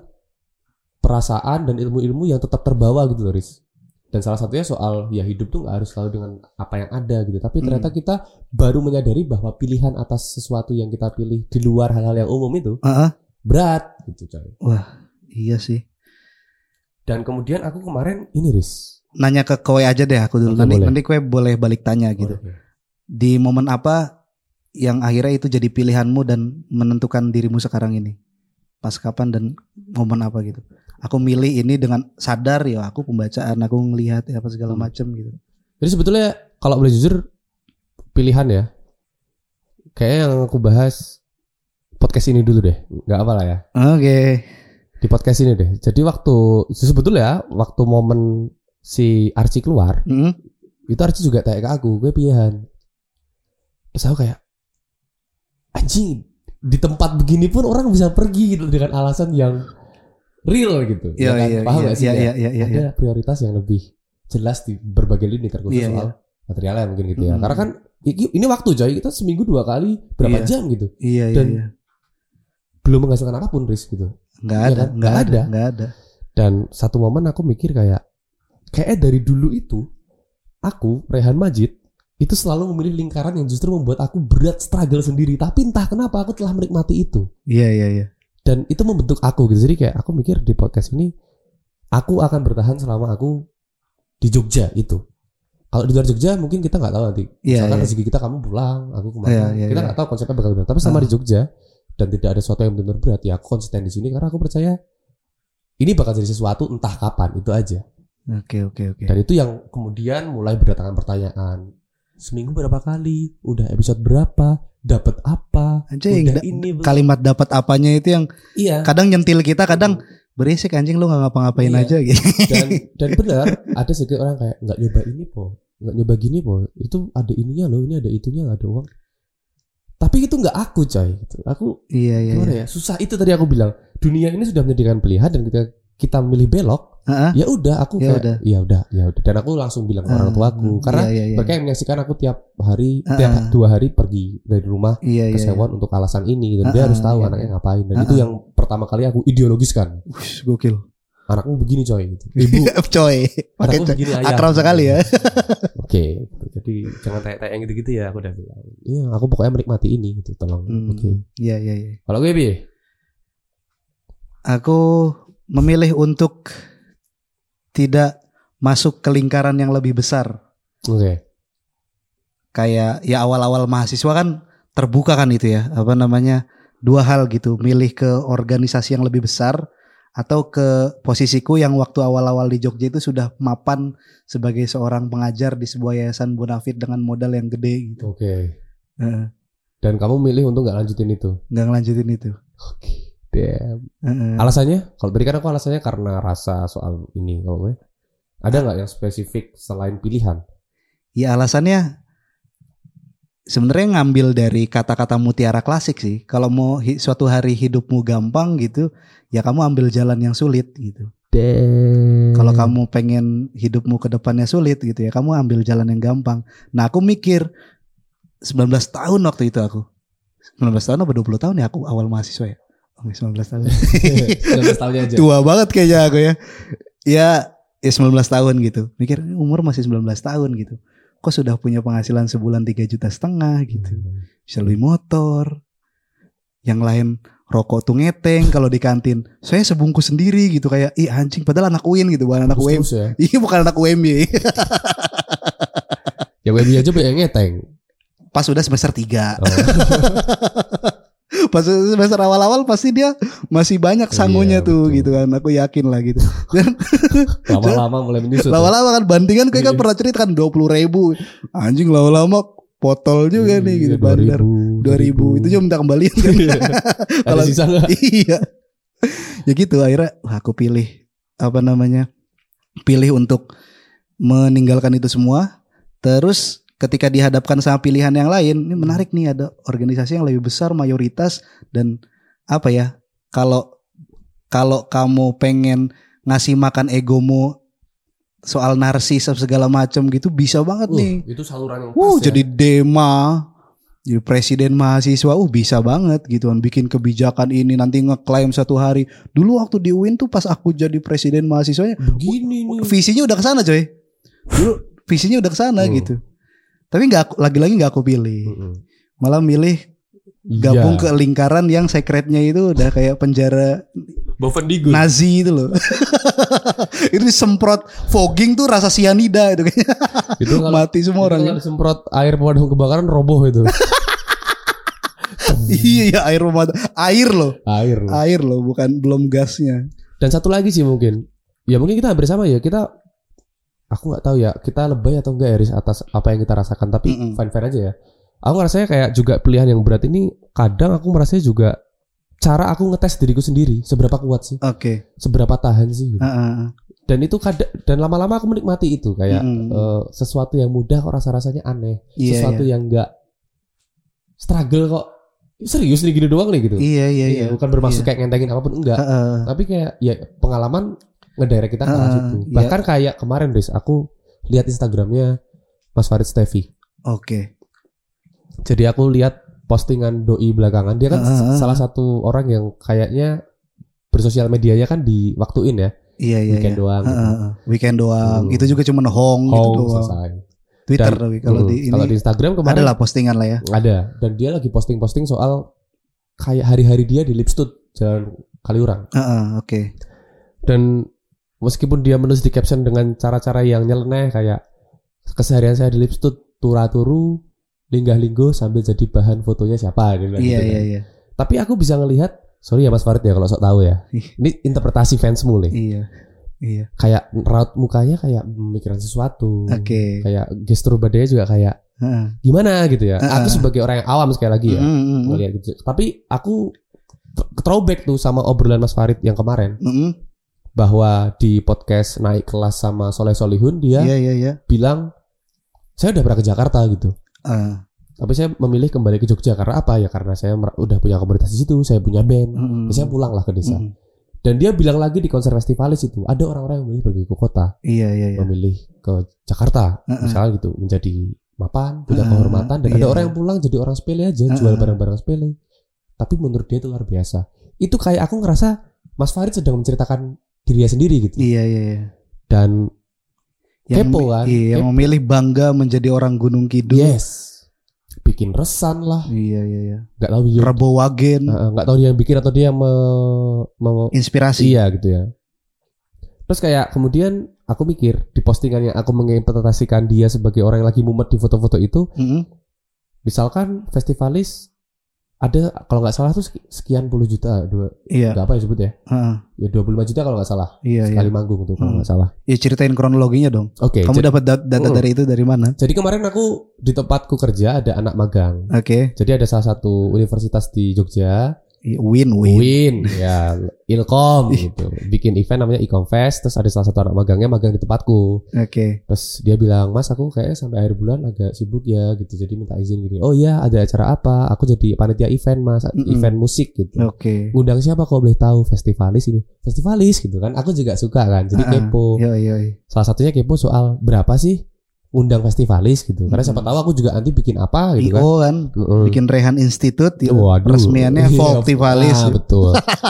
Speaker 2: perasaan dan ilmu-ilmu yang tetap terbawa gitu loh, Riz. Dan salah satunya soal ya hidup tuh gak harus selalu dengan apa yang ada gitu. Tapi ternyata hmm. kita baru menyadari bahwa pilihan atas sesuatu yang kita pilih di luar hal-hal yang umum itu uh-uh. berat gitu coy.
Speaker 3: Wah iya sih.
Speaker 2: Dan kemudian aku kemarin ini Riz,
Speaker 3: nanya ke kowe aja deh aku dulu.
Speaker 2: Oke,
Speaker 3: nanti
Speaker 2: boleh.
Speaker 3: nanti kowe boleh balik tanya gitu. Boleh. Di momen apa yang akhirnya itu jadi pilihanmu dan menentukan dirimu sekarang ini? Pas kapan dan momen apa gitu? Aku milih ini dengan sadar ya aku pembacaan, aku ngelihat ya apa segala hmm. macam gitu.
Speaker 2: Jadi sebetulnya kalau boleh jujur pilihan ya. Kayaknya yang aku bahas podcast ini dulu deh. Enggak apa lah ya.
Speaker 3: Oke. Okay.
Speaker 2: Di podcast ini deh. Jadi waktu sebetulnya waktu momen si Archie keluar, mm-hmm. itu Archie juga tanya ke aku, gue pilihan. Terus aku kayak anjing, di tempat begini pun orang bisa pergi gitu dengan alasan yang real gitu.
Speaker 3: Iya,
Speaker 2: ya kan?
Speaker 3: iya,
Speaker 2: Paham
Speaker 3: iya,
Speaker 2: gak sih?
Speaker 3: Iya,
Speaker 2: ya?
Speaker 3: iya, iya, iya,
Speaker 2: ada
Speaker 3: iya.
Speaker 2: prioritas yang lebih jelas di berbagai lini terkhusus
Speaker 3: iya,
Speaker 2: soal
Speaker 3: iya.
Speaker 2: materialnya mungkin gitu ya.
Speaker 3: Mm-hmm.
Speaker 2: Karena kan ini waktu coy, kita seminggu dua kali berapa
Speaker 3: iya.
Speaker 2: jam gitu.
Speaker 3: Iya, iya,
Speaker 2: dan
Speaker 3: iya.
Speaker 2: belum menghasilkan apapun Riz gitu.
Speaker 3: Enggak
Speaker 2: ya
Speaker 3: ada,
Speaker 2: kan?
Speaker 3: enggak ada,
Speaker 2: ada.
Speaker 3: enggak ada.
Speaker 2: Dan satu momen aku mikir kayak kayak dari dulu itu aku Rehan Majid itu selalu memilih lingkaran yang justru membuat aku berat struggle sendiri. Tapi entah kenapa aku telah menikmati itu.
Speaker 3: Iya, iya, iya.
Speaker 2: Dan itu membentuk aku gitu. Jadi kayak aku mikir di podcast ini aku akan bertahan selama aku di Jogja itu. Kalau di luar Jogja mungkin kita nggak tahu nanti.
Speaker 3: Yeah,
Speaker 2: Misalkan
Speaker 3: yeah.
Speaker 2: rezeki kita kamu pulang, aku kemana.
Speaker 3: Yeah, yeah,
Speaker 2: kita
Speaker 3: yeah.
Speaker 2: nggak tahu konsepnya bakal gimana. Tapi selama
Speaker 3: uh.
Speaker 2: di Jogja dan tidak ada sesuatu yang benar-benar berat, ya aku konsisten di sini karena aku percaya ini bakal jadi sesuatu entah kapan, itu aja.
Speaker 3: Oke, okay, oke, okay, oke. Okay.
Speaker 2: Dan itu yang kemudian mulai berdatangan pertanyaan. Seminggu berapa kali? Udah episode berapa? Dapat apa?
Speaker 3: Anjing,
Speaker 2: udah
Speaker 3: da-
Speaker 2: ini
Speaker 3: kalimat dapat apanya itu yang
Speaker 2: iya.
Speaker 3: kadang nyentil kita, kadang berisik anjing lu nggak ngapa-ngapain
Speaker 2: iya.
Speaker 3: aja gitu.
Speaker 2: Dan dan benar ada sedikit orang kayak nggak nyoba ini po, nggak nyoba gini po. Itu ada ininya loh, ini ada itunya, nggak ada uang. Tapi itu nggak aku coy. Aku
Speaker 3: iya, iya,
Speaker 2: gimana
Speaker 3: iya.
Speaker 2: ya? Susah itu tadi aku bilang. Dunia ini sudah menyediakan pilihan dan ketika kita milih belok, uh-huh. ya udah aku
Speaker 3: ya
Speaker 2: kayak
Speaker 3: udah.
Speaker 2: ya udah ya udah dan aku langsung bilang ke uh, orang tuaku karena
Speaker 3: iya, iya, iya.
Speaker 2: mereka yang menyaksikan aku tiap hari
Speaker 3: uh-huh.
Speaker 2: tiap dua hari pergi dari rumah
Speaker 3: iya,
Speaker 2: ke
Speaker 3: iya,
Speaker 2: Sewon
Speaker 3: iya.
Speaker 2: untuk alasan ini dan
Speaker 3: uh-huh,
Speaker 2: dia harus tahu
Speaker 3: iya,
Speaker 2: anaknya
Speaker 3: iya.
Speaker 2: ngapain dan
Speaker 3: uh-huh.
Speaker 2: itu yang pertama kali aku ideologiskan.
Speaker 3: Ush, gokil.
Speaker 2: Anakmu begini coy gitu. Ibu
Speaker 3: coy.
Speaker 2: anakmu begini ayah.
Speaker 3: Akrab sekali ya.
Speaker 2: Oke, gitu. Jadi jangan tanya-tanya gitu-gitu ya, aku udah bilang. Iya, aku pokoknya menikmati ini gitu, tolong.
Speaker 3: Hmm,
Speaker 2: Oke.
Speaker 3: Iya iya iya.
Speaker 2: Kalau gue bi,
Speaker 3: aku memilih untuk tidak masuk ke lingkaran yang lebih besar.
Speaker 2: Oke.
Speaker 3: Kayak ya awal-awal mahasiswa kan terbuka kan itu ya, apa namanya, dua hal gitu, milih ke organisasi yang lebih besar atau ke posisiku yang waktu awal-awal di Jogja itu sudah mapan sebagai seorang pengajar di sebuah yayasan bonafit dengan modal yang gede gitu.
Speaker 2: Oke.
Speaker 3: Heeh.
Speaker 2: Dan kamu milih untuk nggak lanjutin itu?
Speaker 3: Nggak ngelanjutin itu.
Speaker 2: Oke. Damn.
Speaker 3: Heeh.
Speaker 2: Alasannya? Kalau tadi kan aku alasannya karena rasa soal ini. Kalau gue, ada nggak yang spesifik selain pilihan?
Speaker 3: Ya alasannya sebenarnya ngambil dari kata-kata mutiara klasik sih. Kalau mau hi- suatu hari hidupmu gampang gitu, ya kamu ambil jalan yang sulit gitu.
Speaker 2: Damn.
Speaker 3: Kalau kamu pengen hidupmu ke depannya sulit gitu ya, kamu ambil jalan yang gampang. Nah aku mikir sembilan belas tahun waktu itu aku. sembilan belas tahun apa dua puluh tahun ya aku awal mahasiswa ya. Oh, sembilan belas tahun.
Speaker 2: sembilan belas tahunnya aja.
Speaker 3: Tua banget kayaknya aku ya. Ya, ya sembilan belas tahun gitu. Mikir umur masih sembilan belas tahun gitu. Kok sudah punya penghasilan sebulan tiga juta setengah gitu. Bisa beli motor. Yang lain rokok tuh ngeteng kalau di kantin. Saya sebungkus sendiri gitu kayak ih anjing padahal anak U I N gitu, bukan anak U M.
Speaker 2: Ya?
Speaker 3: Iya bukan anak U M Y.
Speaker 2: Ya U M Y aja banyak ngeteng.
Speaker 3: Pas udah semester tiga.
Speaker 2: Oh.
Speaker 3: Pas semester awal-awal pasti dia masih banyak sangunya
Speaker 2: Iya,
Speaker 3: tuh
Speaker 2: betul.
Speaker 3: gitu kan. Aku yakin lah gitu.
Speaker 2: Lama-lama mulai menyusut.
Speaker 3: Lama-lama kan bandingan kayak kan
Speaker 2: Iya.
Speaker 3: pernah cerita kan dua puluh ribu. Anjing lama-lama potol juga nih gitu
Speaker 2: Iya,
Speaker 3: bandar.
Speaker 2: dua ribu
Speaker 3: dua ribu itu juga minta kembalian kan.
Speaker 2: Ada
Speaker 3: Kalau-
Speaker 2: sisa nggak?
Speaker 3: Iya. Ya gitu akhirnya wah, aku pilih apa namanya? Pilih untuk meninggalkan itu semua. Terus ketika dihadapkan sama pilihan yang lain, ini menarik nih ada organisasi yang lebih besar mayoritas dan apa ya? Kalau kalau kamu pengen ngasih makan egomu soal narsis segala macam gitu bisa banget
Speaker 2: Uh,
Speaker 3: nih.
Speaker 2: itu saluran yang pas
Speaker 3: Uh,
Speaker 2: ya.
Speaker 3: jadi dema, jadi presiden mahasiswa, uh bisa banget gitu kan, bikin kebijakan ini nanti ngeklaim satu hari. Dulu waktu di U I N tuh pas aku jadi presiden mahasiswanya,
Speaker 2: begini nih.
Speaker 3: visinya udah kesana coy. Dulu visinya udah kesana
Speaker 2: Hmm.
Speaker 3: gitu. Tapi nggak, aku- lagi-lagi nggak aku pilih,
Speaker 2: Mm-mm.
Speaker 3: malah milih gabung
Speaker 2: Iya.
Speaker 3: ke lingkaran yang secretnya itu udah kayak penjara
Speaker 2: Bovendigul.
Speaker 3: Nazi itu loh. Itu disemprot fogging tuh rasa sianida itu kayaknya.
Speaker 2: Itu kalau
Speaker 3: Mati semua
Speaker 2: itu
Speaker 3: orang.
Speaker 2: kalau disemprot air pemadam kebakaran roboh itu.
Speaker 3: Iya ya air rumah air loh.
Speaker 2: Air. loh.
Speaker 3: Air loh bukan belum gasnya.
Speaker 2: Dan satu lagi sih mungkin. Ya mungkin kita hampir sama ya. Kita aku nggak tahu ya kita lebay atau enggak ya Riz, atas apa yang kita rasakan, tapi
Speaker 3: Mm-mm.
Speaker 2: fine-fine aja ya. Aku ngerasanya kayak juga pilihan yang berat ini kadang aku merasanya juga cara aku ngetes diriku sendiri seberapa kuat sih,
Speaker 3: Oke.
Speaker 2: seberapa tahan sih gitu.
Speaker 3: Heeh.
Speaker 2: Dan itu kadang dan lama-lama aku menikmati itu kayak
Speaker 3: Mm-mm.
Speaker 2: eh, sesuatu yang mudah kok rasa-rasanya aneh,
Speaker 3: Iya,
Speaker 2: sesuatu
Speaker 3: iya.
Speaker 2: yang enggak struggle kok serius nih gini doang nih gitu.
Speaker 3: Iya iya iya.
Speaker 2: Bukan bermaksud
Speaker 3: Iya.
Speaker 2: kayak ngentengin apapun enggak,
Speaker 3: Heeh.
Speaker 2: tapi kayak ya pengalaman ngedirect kita ke arah
Speaker 3: Ah,
Speaker 2: situ.
Speaker 3: iya.
Speaker 2: Bahkan kayak kemarin Riz, aku lihat Instagramnya Mas Farid Stevi.
Speaker 3: Oke.
Speaker 2: Jadi aku lihat postingan doi belakangan. Dia kan
Speaker 3: Ah, ah, ah.
Speaker 2: salah satu orang yang kayaknya bersosial medianya kan diwaktuin ya.
Speaker 3: Iya iya.
Speaker 2: Weekend
Speaker 3: iya.
Speaker 2: doang gitu.
Speaker 3: Heeh. Weekend doang.
Speaker 2: Hmm.
Speaker 3: Itu juga cuma hong gitu
Speaker 2: Hong,
Speaker 3: doang.
Speaker 2: selesai.
Speaker 3: Twitter
Speaker 2: Dan-
Speaker 3: tapi kalau
Speaker 2: Hmm,
Speaker 3: di ini
Speaker 2: kalau di Instagram kemarin
Speaker 3: adalah postingan lah ya.
Speaker 2: ada. Dan dia lagi posting-posting soal kayak hari-hari dia di Lipstud Jalan Kaliurang.
Speaker 3: Heeh, oke.
Speaker 2: Dan meskipun dia menulis di caption dengan cara-cara yang nyeleneh kayak keseharian saya di Lipstud turu-turu linggah-linggo sambil jadi bahan fotonya siapa dia bilang
Speaker 3: Iya
Speaker 2: gitu
Speaker 3: iya
Speaker 2: kan.
Speaker 3: iya.
Speaker 2: Tapi aku bisa ngelihat, sorry ya Mas Farid ya kalau sok tahu ya. Ini interpretasi fansmu nih.
Speaker 3: Iya. Iya.
Speaker 2: Kayak raut mukanya kayak memikiran sesuatu.
Speaker 3: Oke.
Speaker 2: Kayak gestur badannya juga kayak
Speaker 3: Heeh.
Speaker 2: gimana gitu ya.
Speaker 3: Heeh.
Speaker 2: Aku sebagai orang yang awam sekali lagi ya
Speaker 3: Mm, mm, mm.
Speaker 2: ngelihat gitu. Tapi aku throwback tuh sama obrolan Mas Farid yang kemarin
Speaker 3: Mm, mm.
Speaker 2: bahwa di podcast Naik Kelas sama Soleh Solihun dia
Speaker 3: Iya iya iya.
Speaker 2: bilang saya udah pernah ke Jakarta gitu.
Speaker 3: Ah,
Speaker 2: Tapi saya memilih kembali ke Jogja karena apa ya? Karena saya mer- udah punya komunitas di situ, saya punya band,
Speaker 3: mm, mm.
Speaker 2: saya pulang lah ke desa.
Speaker 3: Mm, mm.
Speaker 2: Dan dia bilang lagi di konser festivalis itu ada orang-orang yang memilih pergi ke kota,
Speaker 3: Iya iya iya.
Speaker 2: memilih ke Jakarta,
Speaker 3: Heeh.
Speaker 2: misalnya gitu, menjadi mapan, punya
Speaker 3: Heeh,
Speaker 2: kehormatan, dan ada
Speaker 3: iya.
Speaker 2: orang yang pulang jadi orang sepele aja,
Speaker 3: Heeh.
Speaker 2: jual barang-barang sepele. Tapi menurut dia itu luar biasa. Itu kayak aku ngerasa Mas Farid sedang menceritakan dirinya sendiri gitu.
Speaker 3: Iya iya iya.
Speaker 2: Dan
Speaker 3: yang,
Speaker 2: Kepo kan?
Speaker 3: Iya, yang
Speaker 2: Kepo.
Speaker 3: memilih bangga menjadi orang Gunung Kidul.
Speaker 2: Yes. Bikin resan lah.
Speaker 3: Iya iya iya.
Speaker 2: Gak tahu dia.
Speaker 3: Rebo Wagen.
Speaker 2: Uh, gak tahu dia yang bikin atau dia me, me,
Speaker 3: Inspirasi.
Speaker 2: Iya gitu ya. Terus kayak kemudian aku mikir di postingan yang aku menginterpretasikan dia sebagai orang yang lagi mumet di foto-foto itu,
Speaker 3: Mm-hmm.
Speaker 2: misalkan festivalis ada kalau nggak salah tuh sekian puluh juta, dua,
Speaker 3: Iya.
Speaker 2: nggak apa ya sebut ya,
Speaker 3: Uh-uh.
Speaker 2: ya dua puluh lima juta kalau nggak salah
Speaker 3: Iya
Speaker 2: sekali
Speaker 3: iya.
Speaker 2: manggung tuh kalau
Speaker 3: Hmm.
Speaker 2: nggak salah.
Speaker 3: Ya ceritain kronologinya dong.
Speaker 2: Oke.
Speaker 3: Kamu
Speaker 2: jadi,
Speaker 3: dapat dat- data
Speaker 2: Oh.
Speaker 3: dari itu dari mana?
Speaker 2: jadi kemarin aku di tempatku kerja ada anak magang.
Speaker 3: Oke.
Speaker 2: Jadi ada salah satu universitas di Jogja.
Speaker 3: Win win.
Speaker 2: Win, ya, Ilkom gitu. Bikin event namanya Ikomfest, terus ada salah satu anak magangnya magang di tempatku.
Speaker 3: Oke.
Speaker 2: Terus dia bilang, "Mas, aku kayaknya sampai akhir bulan agak sibuk ya gitu. Jadi minta izin gini." "Oh iya, ada acara apa?" "Aku jadi panitia event, Mas,
Speaker 3: Mm-mm.
Speaker 2: event musik gitu."
Speaker 3: Oke.
Speaker 2: "Ngundang siapa kalau boleh tahu?" "Festivalis ini." "Festivalis gitu kan." Aku juga suka kan. Jadi
Speaker 3: Ah,
Speaker 2: kepo.
Speaker 3: Iya iya. iya.
Speaker 2: Salah satunya kepo soal berapa sih undang festivalis gitu. Karena siapa
Speaker 3: Mm-mm.
Speaker 2: tahu aku juga nanti bikin apa gitu
Speaker 3: I O kan,
Speaker 2: Mm-mm.
Speaker 3: bikin Rehan Institute ya.
Speaker 2: Waduh.
Speaker 3: Resmiannya
Speaker 2: Iya,
Speaker 3: Folktivalis.
Speaker 2: ah, betul.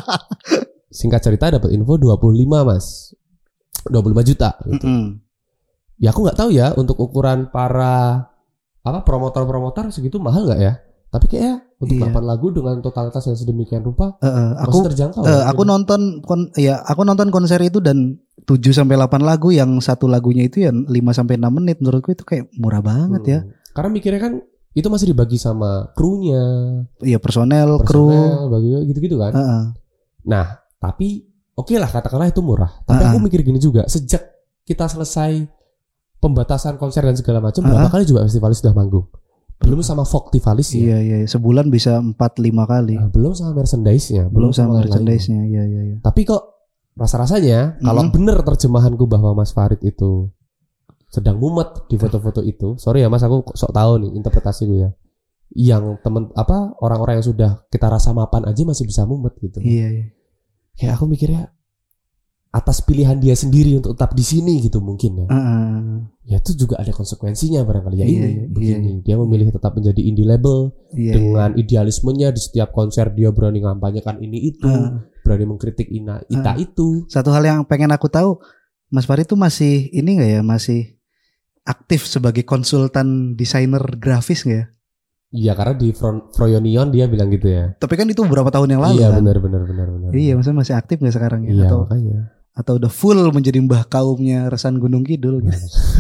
Speaker 2: Singkat cerita dapat info dua puluh lima, Mas. dua puluh lima juta gitu.
Speaker 3: Mm-mm.
Speaker 2: Ya aku nggak tahu ya untuk ukuran para apa promotor-promotor segitu mahal nggak ya? Tapi kayaknya untuk
Speaker 3: Iya.
Speaker 2: delapan lagu dengan totalitas yang sedemikian rupa
Speaker 3: Eh, eh,
Speaker 2: masih
Speaker 3: aku
Speaker 2: terjangkau.
Speaker 3: eh,
Speaker 2: ya?
Speaker 3: aku nonton kon, ya aku nonton konser itu dan tujuh sampai delapan lagu yang satu lagunya itu ya lima sampai enam menit, menurutku itu kayak murah banget ya.
Speaker 2: Hmm. Karena mikirnya kan itu masih dibagi sama krunya,
Speaker 3: Iya, personel, kru.
Speaker 2: personel, bagi gitu-gitu kan.
Speaker 3: Heeh.
Speaker 2: Nah, tapi oke lah katakanlah itu murah. Tapi
Speaker 3: Ah.
Speaker 2: aku mikir gini juga, sejak kita selesai pembatasan konser dan segala macam, berapa
Speaker 3: Ah.
Speaker 2: kali juga festivalis sudah manggung? Belum sama Folktivalis ya.
Speaker 3: Iya iya, sebulan bisa empat lima kali.
Speaker 2: Nah, belum sama merchandise-nya,
Speaker 3: Belum sama
Speaker 2: lain-lainnya.
Speaker 3: merchandise-nya. Iya iya iya.
Speaker 2: Tapi kok rasa-rasanya kalau
Speaker 3: Mhm.
Speaker 2: bener terjemahanku bahwa Mas Farid itu sedang mumet di foto-foto itu, sorry ya Mas, aku sok tahu nih interpretasiku ya. Yang temen apa orang-orang yang sudah kita rasa mapan aja masih bisa mumet gitu.
Speaker 3: Iya iya.
Speaker 2: Kayak aku mikirnya atas pilihan dia sendiri untuk tetap di sini gitu mungkin ya.
Speaker 3: Heeh.
Speaker 2: Ya itu juga ada konsekuensinya barangkali ya
Speaker 3: Iya,
Speaker 2: ini
Speaker 3: iya,
Speaker 2: begini.
Speaker 3: iya.
Speaker 2: Dia memilih tetap menjadi indie label
Speaker 3: Iya.
Speaker 2: dengan idealismenya di setiap konser dia berani ngampanyekan ini itu,
Speaker 3: Heeh.
Speaker 2: berani mengkritik ina ita itu.
Speaker 3: Satu hal yang pengen aku tahu, Mas Farid tuh masih ini nggak ya, masih aktif sebagai konsultan desainer grafis nggak ya?
Speaker 2: Iya karena di Fro- Froyonion dia bilang gitu ya.
Speaker 3: Tapi kan itu beberapa tahun yang lalu
Speaker 2: Iya
Speaker 3: kan.
Speaker 2: benar benar benar benar.
Speaker 3: Iya, maksudnya masih aktif nggak sekarang ya?
Speaker 2: Iya
Speaker 3: Atau
Speaker 2: makanya.
Speaker 3: atau udah full menjadi mbah kaumnya Resan Gunung Kidul gitu.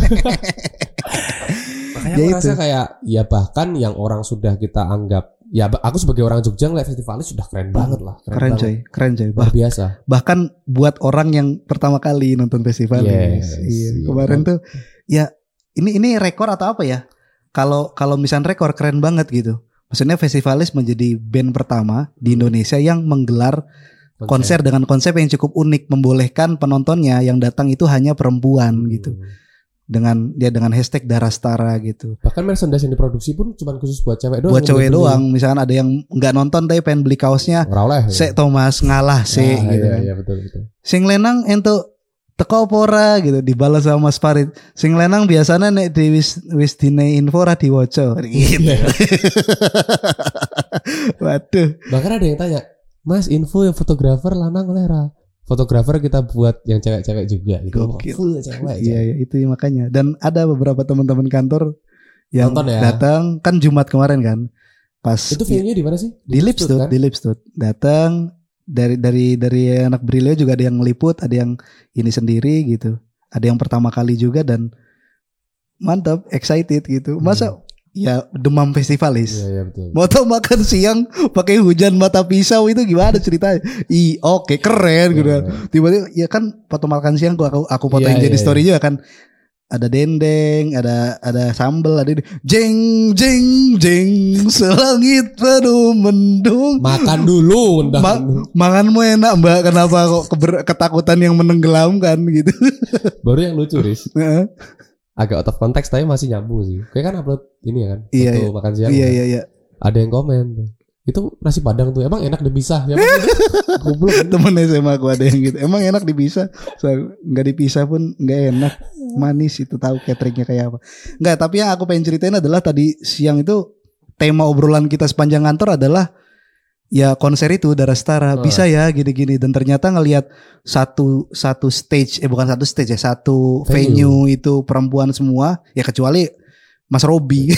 Speaker 2: Makanya
Speaker 3: Ya
Speaker 2: aku
Speaker 3: itu.
Speaker 2: rasa kayak ya bahkan yang orang sudah kita anggap ya ba- aku sebagai orang Jogja ngeliat festivalis sudah keren banget lah.
Speaker 3: Keren
Speaker 2: banget.
Speaker 3: coy, keren coy.
Speaker 2: Luar
Speaker 3: Bah-
Speaker 2: biasa.
Speaker 3: bahkan buat orang yang pertama kali nonton festival
Speaker 2: Yes,
Speaker 3: iya.
Speaker 2: iya.
Speaker 3: Kemarin tuh ya ini ini rekor atau apa ya? Kalau kalau misalnya rekor keren banget gitu. Maksudnya festivalis menjadi band pertama di Indonesia yang menggelar konser dengan konsep yang cukup unik, membolehkan penontonnya yang datang itu hanya perempuan gitu.
Speaker 2: Hmm.
Speaker 3: Dengan dia dengan hashtag Darastara gitu.
Speaker 2: Bahkan merchandise yang diproduksi pun cuma khusus buat cewek doang.
Speaker 3: Buat cewek doang, misalkan ada yang nggak nonton tapi pengen beli kaosnya,
Speaker 2: Ora oleh.
Speaker 3: Sek Thomas ngalah sih
Speaker 2: Ah,
Speaker 3: gitu
Speaker 2: iya,
Speaker 3: kan.
Speaker 2: iya betul betul.
Speaker 3: Sing lenang entuk teko pora gitu dibalas sama Mas Farid. Sing lenang biasanya nek di wis wis dine info ra diwaca gitu. Waduh.
Speaker 2: Bahkan ada yang tanya, "Mas, info yang fotografer lanang oleh ra?" Fotografer kita buat yang cewek-cewek juga gitu.
Speaker 3: Gokil.
Speaker 2: Full cewek.
Speaker 3: Iya, iya itu makanya. Dan ada beberapa teman-teman kantor yang
Speaker 2: Nonton ya?
Speaker 3: datang kan Jumat kemarin kan. Pas
Speaker 2: Itu venue-nya di mana sih?
Speaker 3: di Lipstud,
Speaker 2: kan?
Speaker 3: di Lipstud. Datang dari dari dari anak Brilio juga ada yang ngeliput, ada yang ini sendiri gitu. Ada yang pertama kali juga dan mantap, excited gitu. Masa ya demam festivalis.
Speaker 2: Iya, iya betul.
Speaker 3: Mau tau makan siang pakai hujan mata pisau itu gimana ceritanya? Ih, oke keren gitu.
Speaker 2: Iya,
Speaker 3: Tiba-tiba ya kan foto makan siang gua aku aku fotoin
Speaker 2: Iya,
Speaker 3: jadi
Speaker 2: iya,
Speaker 3: story juga kan. Ada dendeng, ada ada sambel, ada ini. Jeng jeng jeng selangit penuh mendung.
Speaker 2: Makan dulu, entah.
Speaker 3: Ma- makanmu enak Mbak, kenapa kok keber- ketakutan yang menenggelamkan gitu.
Speaker 2: Baru yang lucu, Riz.
Speaker 3: Heeh.
Speaker 2: Agak out of context tapi masih nyambung sih. Kayak kan upload ini ya kan.
Speaker 3: Iya,
Speaker 2: Foto
Speaker 3: iya.
Speaker 2: makan siang.
Speaker 3: Iya
Speaker 2: kan.
Speaker 3: iya iya.
Speaker 2: Ada yang komen tuh. Itu nasi padang tuh emang enak dipisah ya. Goblok.
Speaker 3: Temen S M A aku ada yang gitu. Emang enak dipisah, so, nggak dipisah pun nggak enak. Manis itu tahu cateringnya kayak apa. Nggak, tapi yang aku pengen ceritain adalah tadi siang itu tema obrolan kita sepanjang kantor adalah ya konser itu Darah Setara
Speaker 2: Oh.
Speaker 3: bisa ya gini-gini, dan ternyata ngelihat satu satu stage eh bukan satu stage ya satu venue,
Speaker 2: Venue.
Speaker 3: itu perempuan semua ya kecuali Mas Robi.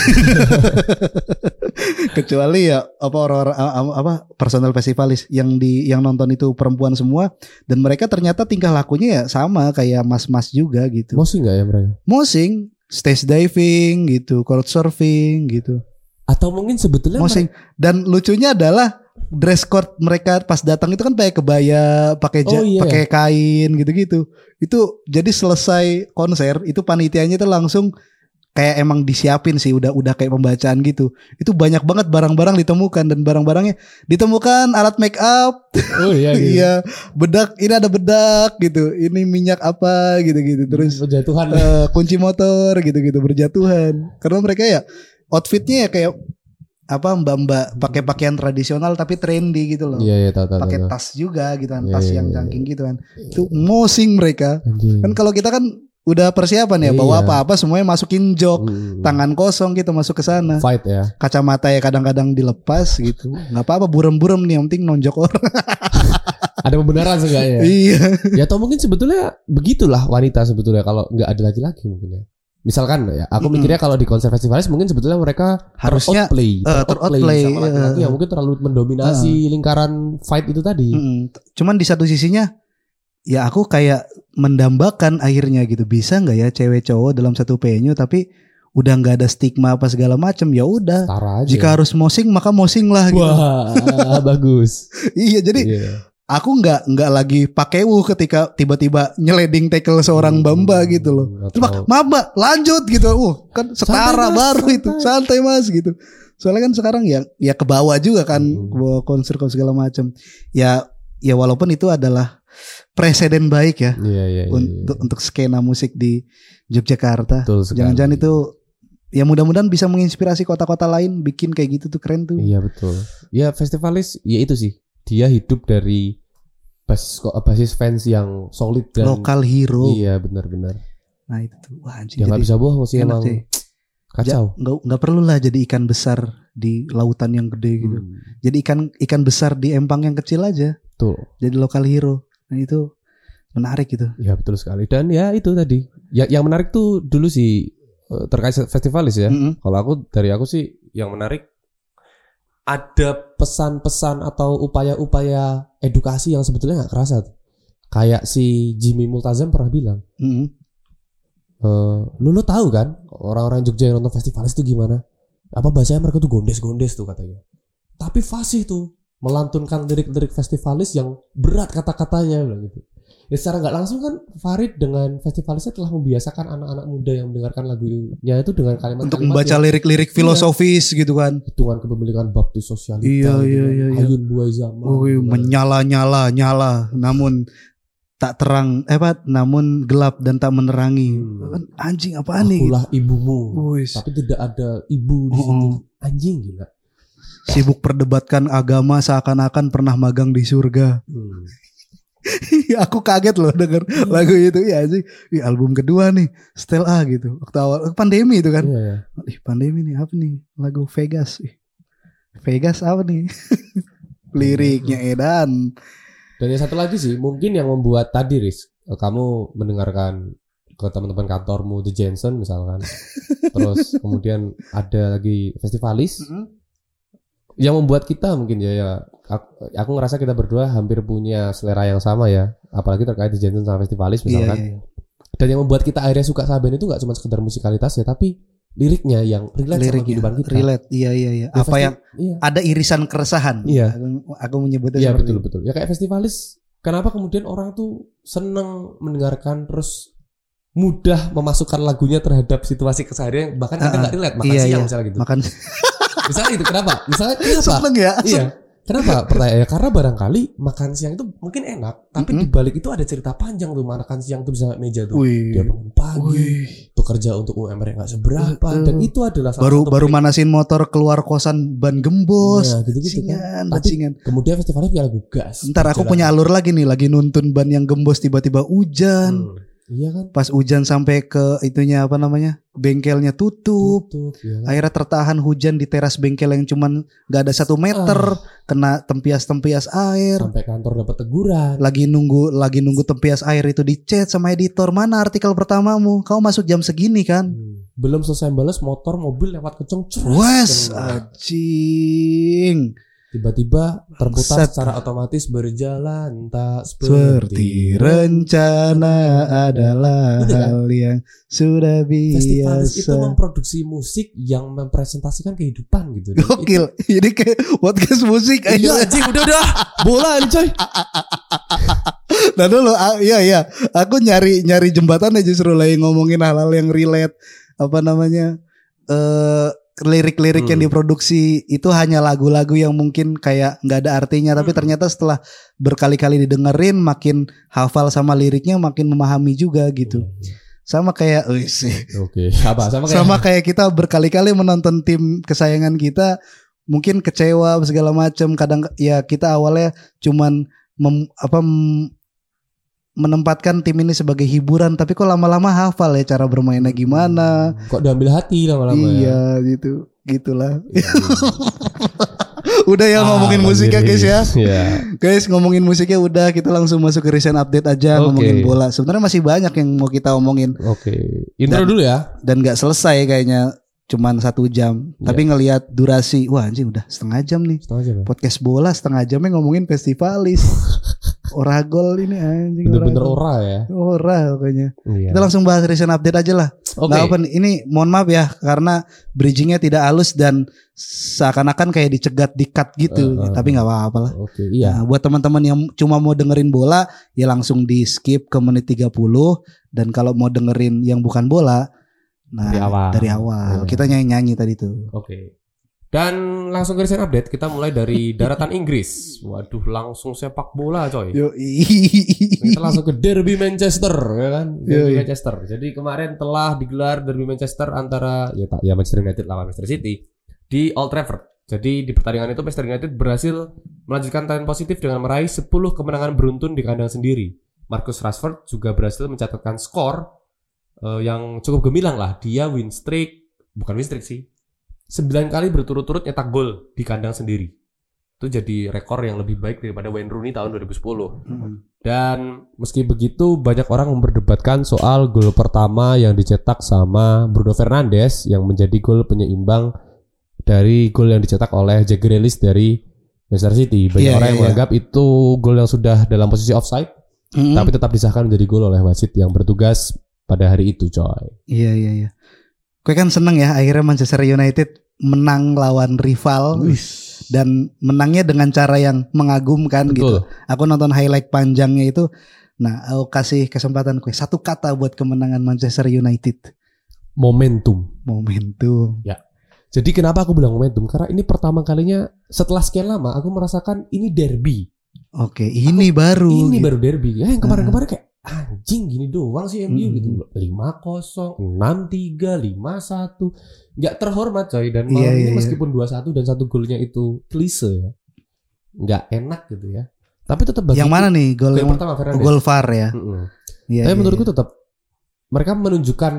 Speaker 3: Kecuali ya apa orang-orang apa personal festivalis yang di yang nonton itu perempuan semua, dan mereka ternyata tingkah lakunya ya sama kayak mas-mas juga gitu.
Speaker 2: Mosing nggak ya mereka?
Speaker 3: Mosing, stage diving gitu, crowd surfing gitu.
Speaker 2: Atau mungkin sebetulnya
Speaker 3: Mosing. Dan lucunya adalah dress code mereka pas datang itu kan pakai kebaya, pakai ja-
Speaker 2: Oh, iya.
Speaker 3: pakai kain gitu-gitu. Itu jadi selesai konser itu panitianya itu langsung kayak emang disiapin sih, udah udah kayak pembacaan gitu. Itu banyak banget barang-barang ditemukan, dan barang-barangnya ditemukan alat make up.
Speaker 2: Oh iya, gitu.
Speaker 3: Iya, bedak, ini ada bedak gitu. Ini minyak apa gitu-gitu. Terus
Speaker 2: berjatuhan.
Speaker 3: eh, kunci motor gitu-gitu berjatuhan. Karena mereka ya outfitnya ya kayak apa mbak-mbak pakai pakaian tradisional tapi trendy gitu loh.
Speaker 2: Iya iya tahu tahu.
Speaker 3: Pakai
Speaker 2: tahu.
Speaker 3: tas juga gitu kan,
Speaker 2: Iya,
Speaker 3: tas
Speaker 2: iya,
Speaker 3: yang
Speaker 2: iya.
Speaker 3: jangking gitu kan. Itu mosing mereka.
Speaker 2: Anjing.
Speaker 3: Kan kalau kita kan udah persiapan ya, bawa
Speaker 2: Iya.
Speaker 3: apa-apa semuanya masukin jok,
Speaker 2: Hmm.
Speaker 3: tangan kosong gitu masuk ke sana.
Speaker 2: Fight ya.
Speaker 3: Kacamata ya kadang-kadang dilepas gitu. Nggak apa-apa, burem-burem nih, yang penting nonjok orang.
Speaker 2: Ada pembenaran seenggaknya.
Speaker 3: Iya.
Speaker 2: Ya atau mungkin sebetulnya begitulah wanita sebetulnya kalau nggak ada laki-laki mungkin ya. Misalkan ya, aku
Speaker 3: Mm-mm.
Speaker 2: mikirnya kalau di konser festivalis mungkin sebetulnya mereka
Speaker 3: Harusnya,
Speaker 2: ter-outplay,
Speaker 3: eh,
Speaker 2: ter-outplay
Speaker 3: ter-outplay,
Speaker 2: sama laki-laki
Speaker 3: eh.
Speaker 2: yang mungkin terlalu mendominasi lingkaran fight itu tadi.
Speaker 3: Mm-mm. Cuman di satu sisinya ya aku kayak mendambakan akhirnya gitu, bisa nggak ya cewek cowok dalam satu venue tapi udah nggak ada stigma apa segala macam, ya udah.
Speaker 2: Setara aja.
Speaker 3: Jika harus mosing maka mosing lah gitu.
Speaker 2: Wah, bagus.
Speaker 3: Iya, jadi
Speaker 2: Iya.
Speaker 3: aku nggak nggak lagi pakai wuh ketika tiba-tiba nyeleding tackle seorang Bamba gitu loh.
Speaker 2: Hmm,
Speaker 3: Terus
Speaker 2: atau-
Speaker 3: Mamba lanjut gitu. Uh, kan setara
Speaker 2: Santai, Mas,
Speaker 3: baru
Speaker 2: santai.
Speaker 3: itu. Santai Mas gitu. Soalnya kan sekarang ya ya ke bawah juga kan,
Speaker 2: Hmm.
Speaker 3: ke bawah konser segala macam. Ya ya walaupun itu adalah presiden baik ya
Speaker 2: Iya iya iya.
Speaker 3: untuk untuk skena musik di Yogyakarta.
Speaker 2: Betul sekali.
Speaker 3: Jangan-jangan itu ya mudah-mudahan bisa menginspirasi kota-kota lain bikin kayak gitu tuh, keren tuh.
Speaker 2: Iya betul. Ya festivalis ya itu sih. Dia hidup dari basis basis fans yang solid dan
Speaker 3: Lokal hero.
Speaker 2: Iya benar-benar.
Speaker 3: Nah itu tuh, wah anjing.
Speaker 2: Ya nggak
Speaker 3: jadi
Speaker 2: bisa bohong sih
Speaker 3: enak
Speaker 2: emang
Speaker 3: sih.
Speaker 2: kacau.
Speaker 3: Nggak nggak perlu lah jadi ikan besar di lautan yang gede gitu.
Speaker 2: Hmm,
Speaker 3: Jadi ikan ikan besar di empang yang kecil aja.
Speaker 2: betul.
Speaker 3: Jadi lokal hero. Nah itu menarik gitu.
Speaker 2: Ya betul sekali. Dan ya itu tadi. Ya yang menarik tuh dulu sih eh, terkait festivalis ya.
Speaker 3: Mm-mm.
Speaker 2: Kalau aku dari aku sih yang menarik ada pesan-pesan atau upaya-upaya edukasi yang sebetulnya nggak kerasa tuh. Kayak si Jimmy Multazam pernah bilang,
Speaker 3: Mm-mm.
Speaker 2: eh lu lu tahu kan orang-orang Jogja yang nonton festivalis itu gimana? Apa bahasanya mereka tuh gondes-gondes tuh katanya. Tapi fasih tuh melantunkan lirik-lirik festivalis yang berat kata-katanya bilang gitu. Ya secara nggak langsung kan Farid dengan festivalisnya telah membiasakan anak-anak muda yang mendengarkan lagunya itu dengan kalimat
Speaker 3: Untuk membaca lirik-lirik filosofis gitu kan.
Speaker 2: hitungan kepemilikan baptis sosialita,
Speaker 3: Iya,
Speaker 2: gitu
Speaker 3: iya,
Speaker 2: kan.
Speaker 3: iya, iya.
Speaker 2: Hayun buai zaman.
Speaker 3: Wih,
Speaker 2: gitu kan.
Speaker 3: menyala-nyala, nyala, namun tak terang, eh apa, namun gelap dan tak menerangi.
Speaker 2: Hmm.
Speaker 3: Kan anjing apaan nih?
Speaker 2: Akulah ibumu,
Speaker 3: Wih,
Speaker 2: tapi tidak ada ibu di
Speaker 3: Oh,
Speaker 2: situ.
Speaker 3: oh.
Speaker 2: Anjing gila.
Speaker 3: sibuk perdebatkan agama seakan-akan pernah magang di surga.
Speaker 2: Hmm.
Speaker 3: Aku kaget loh denger lagu itu ya anjing. Ih, album kedua nih, Stel A gitu. Waktu awal pandemi itu kan.
Speaker 2: Iya, ya.
Speaker 3: Ih, pandemi nih apa nih? Lagu Vegas. Ih, Vegas apa nih? Liriknya edan.
Speaker 2: Dan yang satu lagi sih, mungkin yang membuat tadi Riz, kamu mendengarkan ke teman-teman kantormu The Jensen misalkan, terus kemudian ada lagi festivalis, yang membuat kita mungkin ya, ya aku, aku ngerasa kita berdua hampir punya selera yang sama ya, apalagi terkait The Jensen sama festivalis misalkan.
Speaker 3: Iya, iya.
Speaker 2: Dan yang membuat kita akhirnya suka sama band itu nggak cuma sekedar musikalitas ya, tapi liriknya yang relate sama
Speaker 3: Liriknya
Speaker 2: kehidupan kita.
Speaker 3: relate. Iya iya iya.
Speaker 2: Ya,
Speaker 3: Apa
Speaker 2: festi-
Speaker 3: yang
Speaker 2: iya.
Speaker 3: ada irisan keresahan.
Speaker 2: Iya.
Speaker 3: Aku, aku menyebutnya
Speaker 2: Iya
Speaker 3: seperti
Speaker 2: betul
Speaker 3: itu.
Speaker 2: betul. Ya kayak festivalis, kenapa kemudian orang tuh seneng mendengarkan terus mudah memasukkan lagunya terhadap situasi keseharian, bahkan kita
Speaker 3: Ah,
Speaker 2: nggak relate makan
Speaker 3: iya,
Speaker 2: siang
Speaker 3: iya.
Speaker 2: misalnya gitu.
Speaker 3: Makan
Speaker 2: Misalnya itu kenapa? Misalnya kenapa?
Speaker 3: seneng ya.
Speaker 2: Iya. Kenapa? Pertanyaannya karena barangkali makan siang itu mungkin enak, tapi
Speaker 3: Mm-mm.
Speaker 2: di balik itu ada cerita panjang tuh makan siang tuh bisa sampai meja tuh.
Speaker 3: Wih.
Speaker 2: Dia bangun pagi,
Speaker 3: Wih.
Speaker 2: bekerja untuk U M R yang nggak seberapa,
Speaker 3: Betul.
Speaker 2: dan itu adalah salah
Speaker 3: Baru
Speaker 2: satu
Speaker 3: baru
Speaker 2: perik-
Speaker 3: manasin motor keluar kosan ban gembos.
Speaker 2: Nah, gitu-gitu kan.
Speaker 3: Bajingan,
Speaker 2: Tapi
Speaker 3: bajingan.
Speaker 2: kemudian festivalnya punya lagu gas.
Speaker 3: Ntar aku
Speaker 2: Berjalan.
Speaker 3: punya alur lagi nih, lagi nuntun ban yang gembos tiba-tiba hujan.
Speaker 2: Hmm. Iya kan?
Speaker 3: Pas hujan sampai ke itunya apa namanya? Bengkelnya tutup.
Speaker 2: Tutup, ya kan?
Speaker 3: Akhirnya tertahan hujan di teras bengkel yang cuman gak ada satu meter,
Speaker 2: Ah.
Speaker 3: kena tempias-tempias air.
Speaker 2: Sampai kantor dapat teguran.
Speaker 3: Lagi nunggu lagi nunggu tempias air itu dicet sama editor, mana artikel pertamamu? Kau masuk jam segini kan?
Speaker 2: Hmm. Belum selesai balas motor mobil lewat kenceng.
Speaker 3: Wes,
Speaker 2: Kena.
Speaker 3: anjing.
Speaker 2: Tiba-tiba terputar
Speaker 3: Bangsat.
Speaker 2: secara otomatis berjalan tak
Speaker 3: Seperti rencana adalah
Speaker 2: Bener kan?
Speaker 3: hal yang sudah
Speaker 2: Festivalis itu
Speaker 3: biasa.
Speaker 2: memproduksi musik yang mempresentasikan kehidupan gitu.
Speaker 3: Gokil. Jadi kayak podcast musik
Speaker 2: Itu- Iya
Speaker 3: aja.
Speaker 2: anjing udah udah bola nih coy.
Speaker 3: Nah dulu, ah, iya iya, aku nyari nyari jembatannya justru lagi ngomongin hal-hal yang relate, apa namanya, eh lirik-lirik
Speaker 2: Hmm.
Speaker 3: yang diproduksi itu hanya lagu-lagu yang mungkin kayak nggak ada artinya, tapi
Speaker 2: Hmm.
Speaker 3: ternyata setelah berkali-kali didengerin, makin hafal sama liriknya, makin memahami juga gitu. Sama kayak, wis,
Speaker 2: Oke, apa sama kayak
Speaker 3: sama kayak kita berkali-kali menonton tim kesayangan kita, mungkin kecewa segala macam. Kadang ya kita awalnya cuman mem, apa mem- menempatkan tim ini sebagai hiburan, tapi kok lama-lama hafal ya cara bermainnya gimana.
Speaker 2: kok diambil hati lama-lama ya.
Speaker 3: Iya gitu, gitulah. Udah ya
Speaker 2: Ah,
Speaker 3: ngomongin musiknya guys ya.
Speaker 2: Iya.
Speaker 3: Guys ngomongin musiknya udah, kita langsung masuk ke recent update aja.
Speaker 2: Oke.
Speaker 3: Ngomongin bola. Sebenarnya masih banyak yang mau kita omongin
Speaker 2: Oke. Intro
Speaker 3: Dan-
Speaker 2: dulu ya.
Speaker 3: dan nggak selesai kayaknya, cuman satu jam.
Speaker 2: Iya.
Speaker 3: Tapi ngelihat durasi, wah anjing udah setengah jam nih.
Speaker 2: Setengah jam ya.
Speaker 3: Podcast bola setengah jamnya ngomongin festivalis. Oragol ini anjing.
Speaker 2: Bener-bener
Speaker 3: Oragol.
Speaker 2: ora ya.
Speaker 3: Ora pokoknya.
Speaker 2: Iya.
Speaker 3: Kita langsung bahas recent update aja lah.
Speaker 2: Oke.
Speaker 3: Nggak apa nih, ini mohon maaf ya karena bridgingnya tidak halus dan seakan-akan kayak dicegat di cut gitu.
Speaker 2: Uh, uh.
Speaker 3: Tapi nggak apa-apa lah.
Speaker 2: Oke, iya.
Speaker 3: Nah, buat teman-teman yang cuma mau dengerin bola ya langsung di skip ke menit tiga puluh, dan kalau mau dengerin yang bukan bola nah
Speaker 2: Dari awal.
Speaker 3: dari awal.
Speaker 2: Iya.
Speaker 3: Kita nyanyi-nyanyi tadi tuh.
Speaker 2: Oke. Dan langsung ke recent update, kita mulai dari daratan Inggris. Waduh, langsung sepak bola coy.
Speaker 3: Yo
Speaker 2: Kita langsung ke Derby Manchester ya kan. Derby
Speaker 3: Yoi.
Speaker 2: Manchester. Jadi kemarin telah digelar Derby Manchester antara ya tak ya Manchester United lawan Manchester City di Old Trafford. Jadi di pertandingan itu Manchester United berhasil melanjutkan tren positif dengan meraih sepuluh kemenangan beruntun di kandang sendiri. Marcus Rashford juga berhasil mencatatkan skor eh, yang cukup gemilang lah. Dia win streak, bukan win streak sih. sembilan kali berturut-turut nyetak gol di kandang sendiri. Itu jadi rekor yang lebih baik daripada Wayne Rooney tahun dua ribu sepuluh. Dan meski begitu banyak orang memperdebatkan soal gol pertama yang dicetak sama Bruno Fernandes yang menjadi gol penyeimbang dari gol yang dicetak oleh Jack Grealish dari Manchester City. Banyak
Speaker 3: Iya,
Speaker 2: orang
Speaker 3: iya,
Speaker 2: yang
Speaker 3: iya.
Speaker 2: menganggap itu gol yang sudah dalam posisi offside,
Speaker 3: Mm.
Speaker 2: tapi tetap disahkan menjadi gol oleh wasit yang bertugas pada hari itu, coy.
Speaker 3: Iya iya iya. Gue kan seneng ya akhirnya Manchester United menang lawan rival dan menangnya dengan cara yang mengagumkan gitu.
Speaker 2: Betul.
Speaker 3: Aku nonton highlight panjangnya itu. Nah, aku kasih kesempatan gue satu kata buat kemenangan Manchester United.
Speaker 2: Momentum.
Speaker 3: Momentum.
Speaker 2: Jadi kenapa aku bilang momentum? Karena ini pertama kalinya setelah sekian lama aku merasakan ini derby.
Speaker 3: Oke, ini baru.
Speaker 2: Ini
Speaker 3: gitu.
Speaker 2: baru derby. Ya yang kemarin-kemarin kayak anjing gini doang sih M U
Speaker 3: Hmm.
Speaker 2: gitu. lima kosong, enam tiga, lima satu. Enggak terhormat coy. Dan
Speaker 3: Iya,
Speaker 2: malam
Speaker 3: iya,
Speaker 2: ini
Speaker 3: iya.
Speaker 2: meskipun dua satu dan satu golnya itu klise ya. Enggak enak gitu ya. Tapi tetap bagi
Speaker 3: Yang mana nih gol
Speaker 2: gol
Speaker 3: yang
Speaker 2: pertama Fernandes.
Speaker 3: gol V A R ya?
Speaker 2: Mm-mm.
Speaker 3: Iya.
Speaker 2: Tapi
Speaker 3: iya,
Speaker 2: menurutku
Speaker 3: iya.
Speaker 2: tetap mereka menunjukkan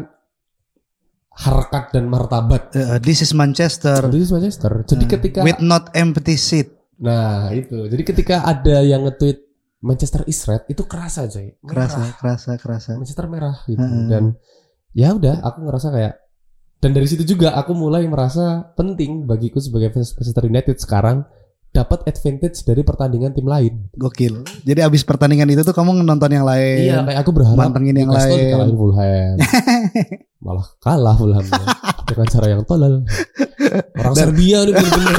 Speaker 2: harkat dan martabat.
Speaker 3: Eh, this is Manchester.
Speaker 2: This is Manchester. Jadi
Speaker 3: Eh,
Speaker 2: ketika
Speaker 3: with not empty seat.
Speaker 2: Nah itu, jadi ketika ada yang nge-tweet Manchester is red, itu kerasa coy, merah.
Speaker 3: Kerasa, kerasa, kerasa.
Speaker 2: Manchester merah gitu.
Speaker 3: Heeh.
Speaker 2: Dan ya udah, aku ngerasa kayak, dan dari situ juga aku mulai merasa penting bagiku sebagai fans Manchester United sekarang dapat advantage dari pertandingan tim lain.
Speaker 3: Gokil. Jadi abis pertandingan itu tuh kamu nonton yang lain.
Speaker 2: Iya, kayak aku berharap
Speaker 3: mantengin yang
Speaker 2: Newcastle
Speaker 3: lain.
Speaker 2: dikalahin Fulham, malah kalah Fulham dengan cara yang tolol. Orang
Speaker 3: Dan-
Speaker 2: Serbia nih bener-bener.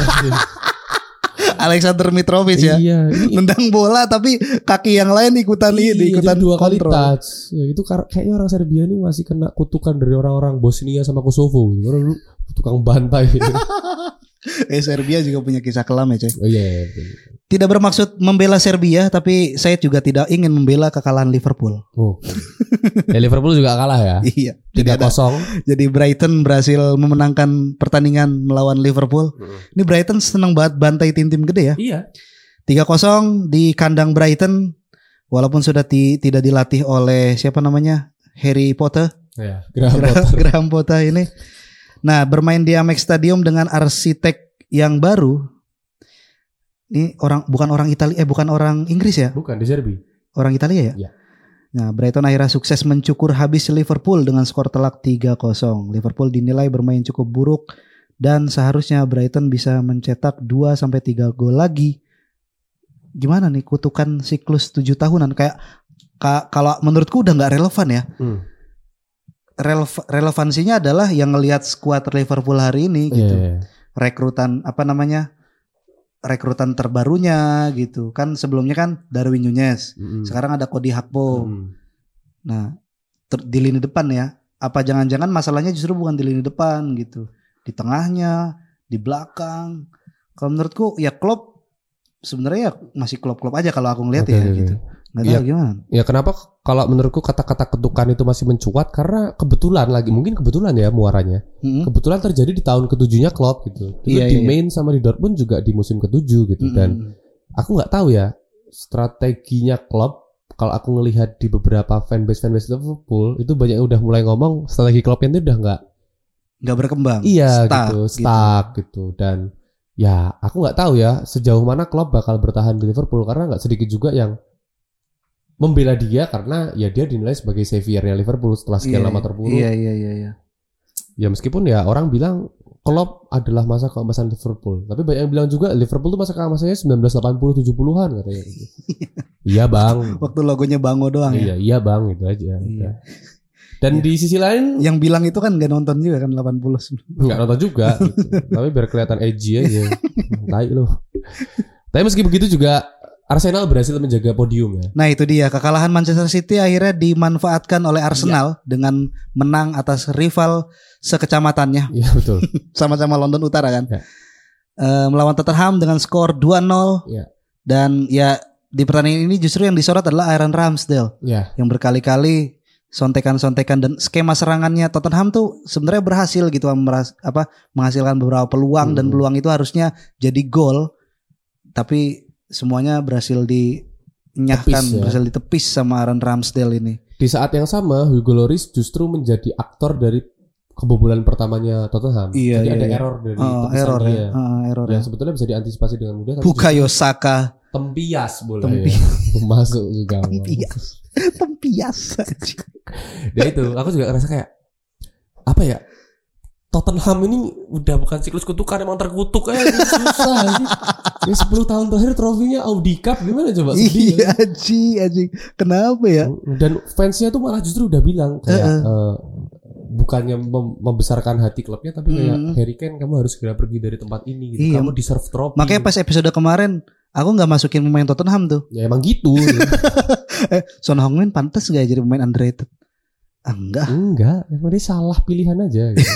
Speaker 3: Alexander Mitrovic ya.
Speaker 2: Iya, ini
Speaker 3: Nendang bola tapi kaki yang lain ikutan ini,
Speaker 2: Iya,
Speaker 3: ikutan
Speaker 2: jadi dua kali
Speaker 3: kontrol.
Speaker 2: touch. Ya, itu kar- kayaknya orang Serbia ini masih kena kutukan dari orang-orang Bosnia sama Kosovo. Orang dulu tukang bantai.
Speaker 3: Eh Serbia juga punya kisah kelam ya, coy.
Speaker 2: Oh iya, iya, betul.
Speaker 3: Tidak bermaksud membela Serbia, tapi saya juga tidak ingin membela kekalahan Liverpool.
Speaker 2: Oh. Ya Liverpool juga kalah ya.
Speaker 3: Iya.
Speaker 2: tiga
Speaker 3: Tidak ada.
Speaker 2: kosong.
Speaker 3: Jadi Brighton berhasil memenangkan pertandingan melawan Liverpool. Ini Brighton senang banget bantai tim-tim gede ya.
Speaker 2: Iya.
Speaker 3: tiga kosong di kandang Brighton, walaupun sudah ti- tidak dilatih oleh siapa namanya? Harry Potter.
Speaker 2: Ya, Graham
Speaker 3: Graham,
Speaker 2: Potter.
Speaker 3: Graham Potter ini. Nah, bermain di Amex Stadium dengan arsitek yang baru. Ini orang bukan orang Italia, eh bukan orang Inggris ya?
Speaker 2: Bukan, di Serbi.
Speaker 3: Orang Italia ya?
Speaker 2: Iya.
Speaker 3: Nah, Brighton akhirnya sukses mencukur habis Liverpool dengan skor telak tiga kosong. Liverpool dinilai bermain cukup buruk dan seharusnya Brighton bisa mencetak dua sampai tiga gol lagi. Gimana nih kutukan siklus tujuh tahunan? Kayak ka, kalau menurutku udah gak relevan ya.
Speaker 2: Hmm.
Speaker 3: Relev- relevansinya adalah yang ngelihat skuad Liverpool hari ini gitu.
Speaker 2: Yeah.
Speaker 3: Rekrutan apa namanya? Rekrutan terbarunya gitu. Kan sebelumnya kan Darwin Nunez.
Speaker 2: Mm-hmm.
Speaker 3: Sekarang ada Cody Gakpo.
Speaker 2: Mm-hmm.
Speaker 3: Nah, ter- di lini depan ya. Apa jangan-jangan masalahnya justru bukan di lini depan gitu. Di tengahnya, di belakang. Kalau menurutku ya Klopp sebenarnya ya masih Klopp-Klopp aja kalau aku ngeliat
Speaker 2: Okay,
Speaker 3: ya
Speaker 2: okay.
Speaker 3: gitu. Nggak tahu
Speaker 2: Ya,
Speaker 3: gimana.
Speaker 2: ya kenapa kalau menurutku kata-kata ketukan itu masih mencuat karena kebetulan lagi mungkin kebetulan ya muaranya.
Speaker 3: Mm-hmm.
Speaker 2: Kebetulan terjadi di tahun ketujuhnya Klopp gitu. Itu
Speaker 3: Iya,
Speaker 2: di
Speaker 3: iya.
Speaker 2: Main sama di Dortmund juga di musim ketujuh gitu.
Speaker 3: Mm-hmm.
Speaker 2: Dan aku nggak tahu ya strateginya Klopp. Kalau aku ngelihat di beberapa fanbase fanbase Liverpool itu banyak yang udah mulai ngomong strategi Kloppnya itu udah nggak
Speaker 3: nggak berkembang.
Speaker 2: iya
Speaker 3: stuck,
Speaker 2: gitu stuck gitu. Dan ya aku nggak tahu ya sejauh mana Klopp bakal bertahan di Liverpool karena nggak sedikit juga yang membela dia karena ya dia dinilai sebagai saviornya Liverpool setelah sekian
Speaker 3: Iya,
Speaker 2: lama terpuruk.
Speaker 3: Iya iya iya. iya.
Speaker 2: Ya meskipun ya orang bilang Klopp adalah masa keemasan Liverpool, tapi banyak yang bilang juga Liverpool tuh masa keemasannya sembilan belas delapan puluh tujuh puluhan katanya. Iya bang.
Speaker 3: Waktu logonya Bango doang
Speaker 2: Iya
Speaker 3: ya.
Speaker 2: iya bang gitu aja.
Speaker 3: Iya.
Speaker 2: Dan
Speaker 3: Iya.
Speaker 2: di sisi lain
Speaker 3: Yang bilang itu kan nggak nonton juga kan delapan puluh.
Speaker 2: nggak nonton juga, gitu. Tapi biar kelihatan edgy aja. Tai loh. Tapi meski begitu juga Arsenal berhasil menjaga podium ya.
Speaker 3: Nah itu dia kekalahan Manchester City akhirnya dimanfaatkan oleh Arsenal ya. Dengan menang atas rival sekecamatannya.
Speaker 2: Iya betul.
Speaker 3: Sama-sama London Utara kan.
Speaker 2: Ya.
Speaker 3: E, melawan Tottenham dengan skor dua nol.
Speaker 2: Ya.
Speaker 3: Dan ya di pertandingan ini justru yang disorot adalah Aaron Ramsdale.
Speaker 2: Ya.
Speaker 3: Yang berkali-kali sontekan-sontekan dan skema serangannya Tottenham tuh sebenarnya berhasil gitu meras, apa menghasilkan beberapa peluang hmm. dan peluang itu harusnya jadi gol. Tapi semuanya berhasil dinyahkan,
Speaker 2: Tepis, ya.
Speaker 3: berhasil ditepis sama Aaron Ramsdale ini.
Speaker 2: Di saat yang sama Hugo Lloris justru menjadi aktor dari kebobolan pertamanya Tottenham.
Speaker 3: Iya,
Speaker 2: Jadi
Speaker 3: iya,
Speaker 2: ada
Speaker 3: iya.
Speaker 2: error dari
Speaker 3: uh,
Speaker 2: tepisan
Speaker 3: error
Speaker 2: dia.
Speaker 3: ya. Uh, error
Speaker 2: yang
Speaker 3: ya.
Speaker 2: sebetulnya bisa diantisipasi dengan mudah. Tapi
Speaker 3: Bukayo Saka.
Speaker 2: Tempias boleh
Speaker 3: Tempi-
Speaker 2: ya. Masuk ke gawang.
Speaker 3: Tempias. Tempias.
Speaker 2: Dan itu aku juga ngerasa kayak apa ya? Tottenham ini udah bukan siklus kutukan, emang terkutuk aja susah sih. Ya sepuluh tahun terakhir trofinya Audi Cup gimana coba sedih.
Speaker 3: Iya Aji, Aji. Kenapa ya?
Speaker 2: Dan fansnya tuh malah justru udah bilang kayak
Speaker 3: uh-uh.
Speaker 2: uh, bukannya mem- membesarkan hati klubnya tapi kayak
Speaker 3: Hmm.
Speaker 2: Harry Kane kamu harus segera pergi dari tempat ini gitu.
Speaker 3: Iya.
Speaker 2: Kamu deserve trofi.
Speaker 3: Makanya pas episode kemarin aku nggak masukin pemain Tottenham tuh.
Speaker 2: Ya emang gitu.
Speaker 3: eh, Son Heung-min pantas gak jadi pemain underrated? Ah, enggak.
Speaker 2: Enggak, emang dia salah pilihan aja gitu.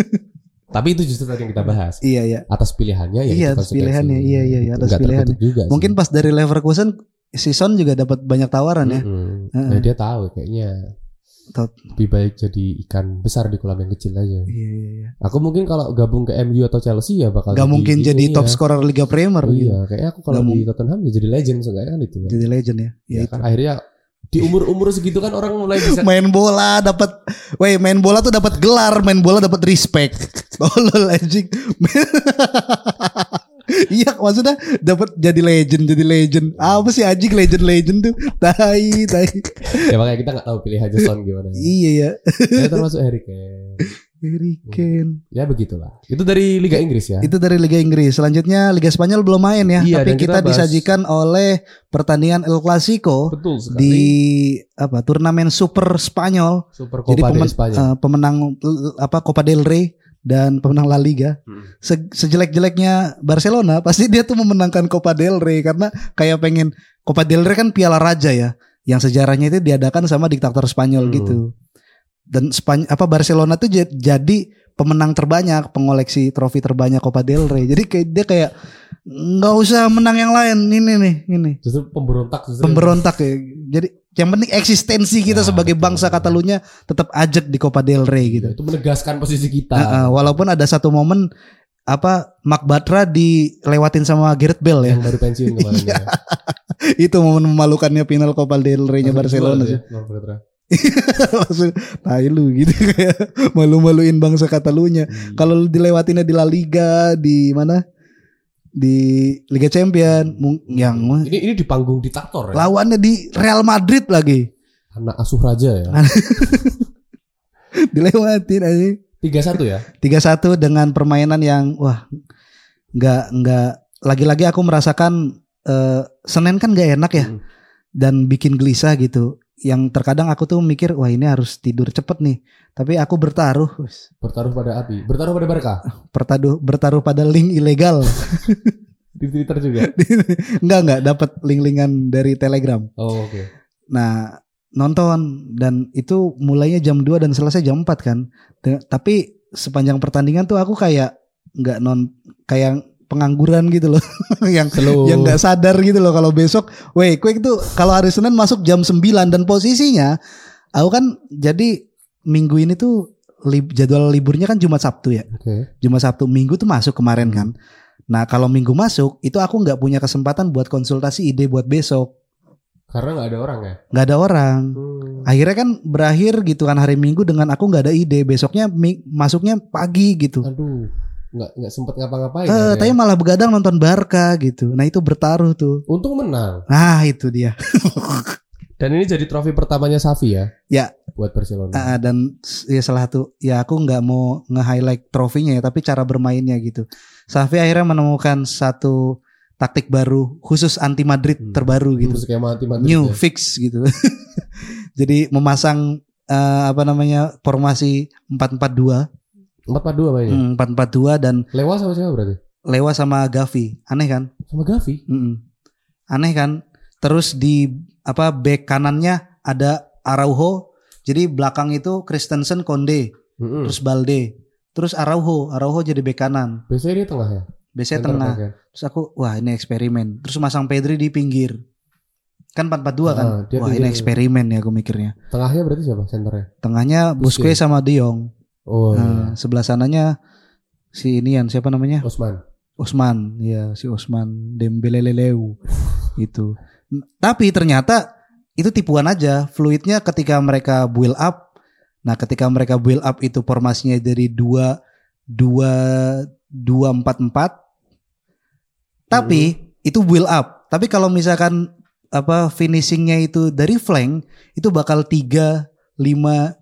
Speaker 2: Tapi itu justru tadi yang kita bahas.
Speaker 3: Iya ya.
Speaker 2: Atas pilihannya ya
Speaker 3: Iya,
Speaker 2: itu
Speaker 3: atas
Speaker 2: konsekuensi.
Speaker 3: pilihannya. Iya, iya, iya, atas
Speaker 2: Nggak
Speaker 3: pilihannya.
Speaker 2: tertutup juga sih.
Speaker 3: Mungkin pas dari Leverkusen si Son juga dapat banyak tawaran ya.
Speaker 2: Mm-mm.
Speaker 3: Uh-uh.
Speaker 2: Nah, dia tahu kayaknya
Speaker 3: Tot.
Speaker 2: lebih baik jadi ikan besar di kolam yang kecil aja.
Speaker 3: Iya, iya, iya.
Speaker 2: Aku mungkin kalau gabung ke M U atau Chelsea ya bakal
Speaker 3: Gak mungkin jadi
Speaker 2: ini
Speaker 3: top
Speaker 2: ya.
Speaker 3: scorer Liga Premier gitu.
Speaker 2: Iya, kayaknya aku kalau
Speaker 3: Nggak
Speaker 2: di Tottenham ya jadi legend seenggaknya kan itu. Kan.
Speaker 3: Jadi legend ya. Ya,
Speaker 2: Ya
Speaker 3: itu.
Speaker 2: kan akhirnya di umur-umur segitu kan orang mulai bisa
Speaker 3: Main bola dapat, weh main bola tuh dapat gelar, main bola dapat respect. Tolol anjing. Iya maksudnya dapat jadi legend, jadi legend. Apa sih anjing legend-legend tuh? Tai, tai.
Speaker 2: ya makanya kita nggak tahu pilihan Son gimana.
Speaker 3: Iya ya.
Speaker 2: Ya termasuk Harry Kane.
Speaker 3: Harry Kane.
Speaker 2: Ya begitulah. Itu dari Liga Inggris ya.
Speaker 3: Itu dari Liga Inggris. Selanjutnya Liga Spanyol belum main ya,
Speaker 2: Iya, dan
Speaker 3: tapi
Speaker 2: kita
Speaker 3: kita,
Speaker 2: bahas-
Speaker 3: disajikan oleh pertandingan El Clasico
Speaker 2: Betul sekali.
Speaker 3: di apa turnamen Super Spanyol.
Speaker 2: Super
Speaker 3: Jadi
Speaker 2: Copa de
Speaker 3: pemen-
Speaker 2: España.
Speaker 3: eh, pemenang eh, apa Copa del Rey dan pemenang La Liga.
Speaker 2: Hmm.
Speaker 3: Se- sejelek-jeleknya Barcelona pasti dia tuh memenangkan Copa del Rey karena kayak pengen Copa del Rey kan piala raja ya, yang sejarahnya itu diadakan sama diktator Spanyol
Speaker 2: Hmm.
Speaker 3: gitu. Dan Spany- apa Barcelona tuh j- jadi pemenang terbanyak, pengoleksi trofi terbanyak Copa del Rey. Jadi kayak dia kayak nggak usah menang yang lain, ini nih, ini.
Speaker 2: Justru pemberontak justru.
Speaker 3: Pemberontak ya. Jadi yang penting eksistensi kita
Speaker 2: Nah,
Speaker 3: sebagai
Speaker 2: betul.
Speaker 3: bangsa Catalunya tetap ajak di Copa del Rey gitu.
Speaker 2: Itu menegaskan posisi kita.
Speaker 3: Uh, uh, walaupun ada satu momen apa Mark Bartra dilewatin sama Gareth Bale ya.
Speaker 2: Yang baru pensiun kemarin ya.
Speaker 3: Itu momen memalukannya final Copa del Rey-nya
Speaker 2: Langsung
Speaker 3: Barcelona
Speaker 2: dijual
Speaker 3: sih.
Speaker 2: ya, Mark Bartra.
Speaker 3: Langsung tai lu gitu kayak malu-maluin bangsa Katalunya. Hmm. Kalau dilewatinnya di La Liga, di mana? Di Liga Champion yang
Speaker 2: ini ini di panggung diktator
Speaker 3: ya. Lawannya di Real Madrid lagi.
Speaker 2: Anak asuh raja ya.
Speaker 3: Dilewatin aja.
Speaker 2: tiga satu ya?
Speaker 3: tiga satu dengan permainan yang wah enggak enggak lagi-lagi aku merasakan uh, Senin kan enggak enak ya. Hmm. Dan bikin gelisah gitu. Yang terkadang aku tuh mikir wah ini harus tidur cepet nih. Tapi aku bertaruh.
Speaker 2: Bertaruh pada api. Bertaruh pada Barca.
Speaker 3: Bertaruh bertaruh pada link ilegal.
Speaker 2: Di Twitter juga.
Speaker 3: enggak enggak dapat link-linkan dari Telegram.
Speaker 2: Oh oke. Okay.
Speaker 3: Nah nonton dan itu mulainya jam dua dan selesai jam empat kan. Tapi sepanjang pertandingan tuh aku kayak enggak non kayak pengangguran gitu loh. yang Slow. yang enggak sadar gitu loh kalau besok weh quick tuh kalau hari Senin masuk jam sembilan dan posisinya aku kan jadi minggu ini tuh li, jadwal liburnya kan Jumat Sabtu ya.
Speaker 2: Okay.
Speaker 3: Jumat Sabtu Minggu tuh masuk kemarin kan. Nah, kalau Minggu masuk itu aku enggak punya kesempatan buat konsultasi ide buat besok.
Speaker 2: Karena nggak ada orang ya?
Speaker 3: Nggak ada orang. Hmm. Akhirnya kan berakhir gitu kan hari Minggu dengan aku nggak ada ide. Besoknya mi- masuknya pagi gitu.
Speaker 2: Aduh, nggak nggak sempet ngapa-ngapain.
Speaker 3: Eh, tapi malah begadang nonton Barca gitu. Nah itu bertaruh tuh.
Speaker 2: Untung menang.
Speaker 3: Nah itu dia.
Speaker 2: Dan ini jadi trofi pertamanya Xavi ya?
Speaker 3: Ya.
Speaker 2: Buat Barcelona.
Speaker 3: Uh, dan ya salah satu. Ya aku nggak mau nge-highlight trofinya ya, tapi cara bermainnya gitu. Xavi akhirnya menemukan satu taktik baru khusus anti Madrid hmm. terbaru gitu.
Speaker 2: Skema anti Madrid
Speaker 3: New
Speaker 2: ya?
Speaker 3: Fix gitu. Jadi memasang uh, apa namanya formasi empat empat dua.
Speaker 2: empat empat dua mainnya.
Speaker 3: Hmm, empat empat dua dan
Speaker 2: Lewa sama siapa berarti?
Speaker 3: Lewa sama Gavi. Aneh kan?
Speaker 2: Sama Gavi?
Speaker 3: Mm-mm. Aneh kan? Terus di apa back kanannya ada Araujo. Jadi belakang itu Christensen, Konde, mm-mm. terus Balde, terus Araujo, Araujo jadi back kanan.
Speaker 2: Biasanya dia tengah ya?
Speaker 3: Biasanya tengah. Ya? Terus aku wah ini eksperimen. Terus masang Pedri di pinggir. Kan empat empat dua kan. Ah, wah ini eksperimen ya aku mikirnya.
Speaker 2: Tengahnya berarti siapa senternya?
Speaker 3: Tengahnya Busquets sama De Jong.
Speaker 2: Oh.
Speaker 3: Nah, iya. Sebelah sananya si inian siapa namanya?
Speaker 2: Osman.
Speaker 3: Osman, ya si Osman Dembele Leleu itu. Tapi ternyata itu tipuan aja. Fluidnya ketika mereka build up. Nah, ketika mereka build up itu formasinya dari dua dua dua empat empat. Tapi hmm. itu build up. Tapi kalau misalkan apa finishingnya itu dari flank itu bakal tiga lima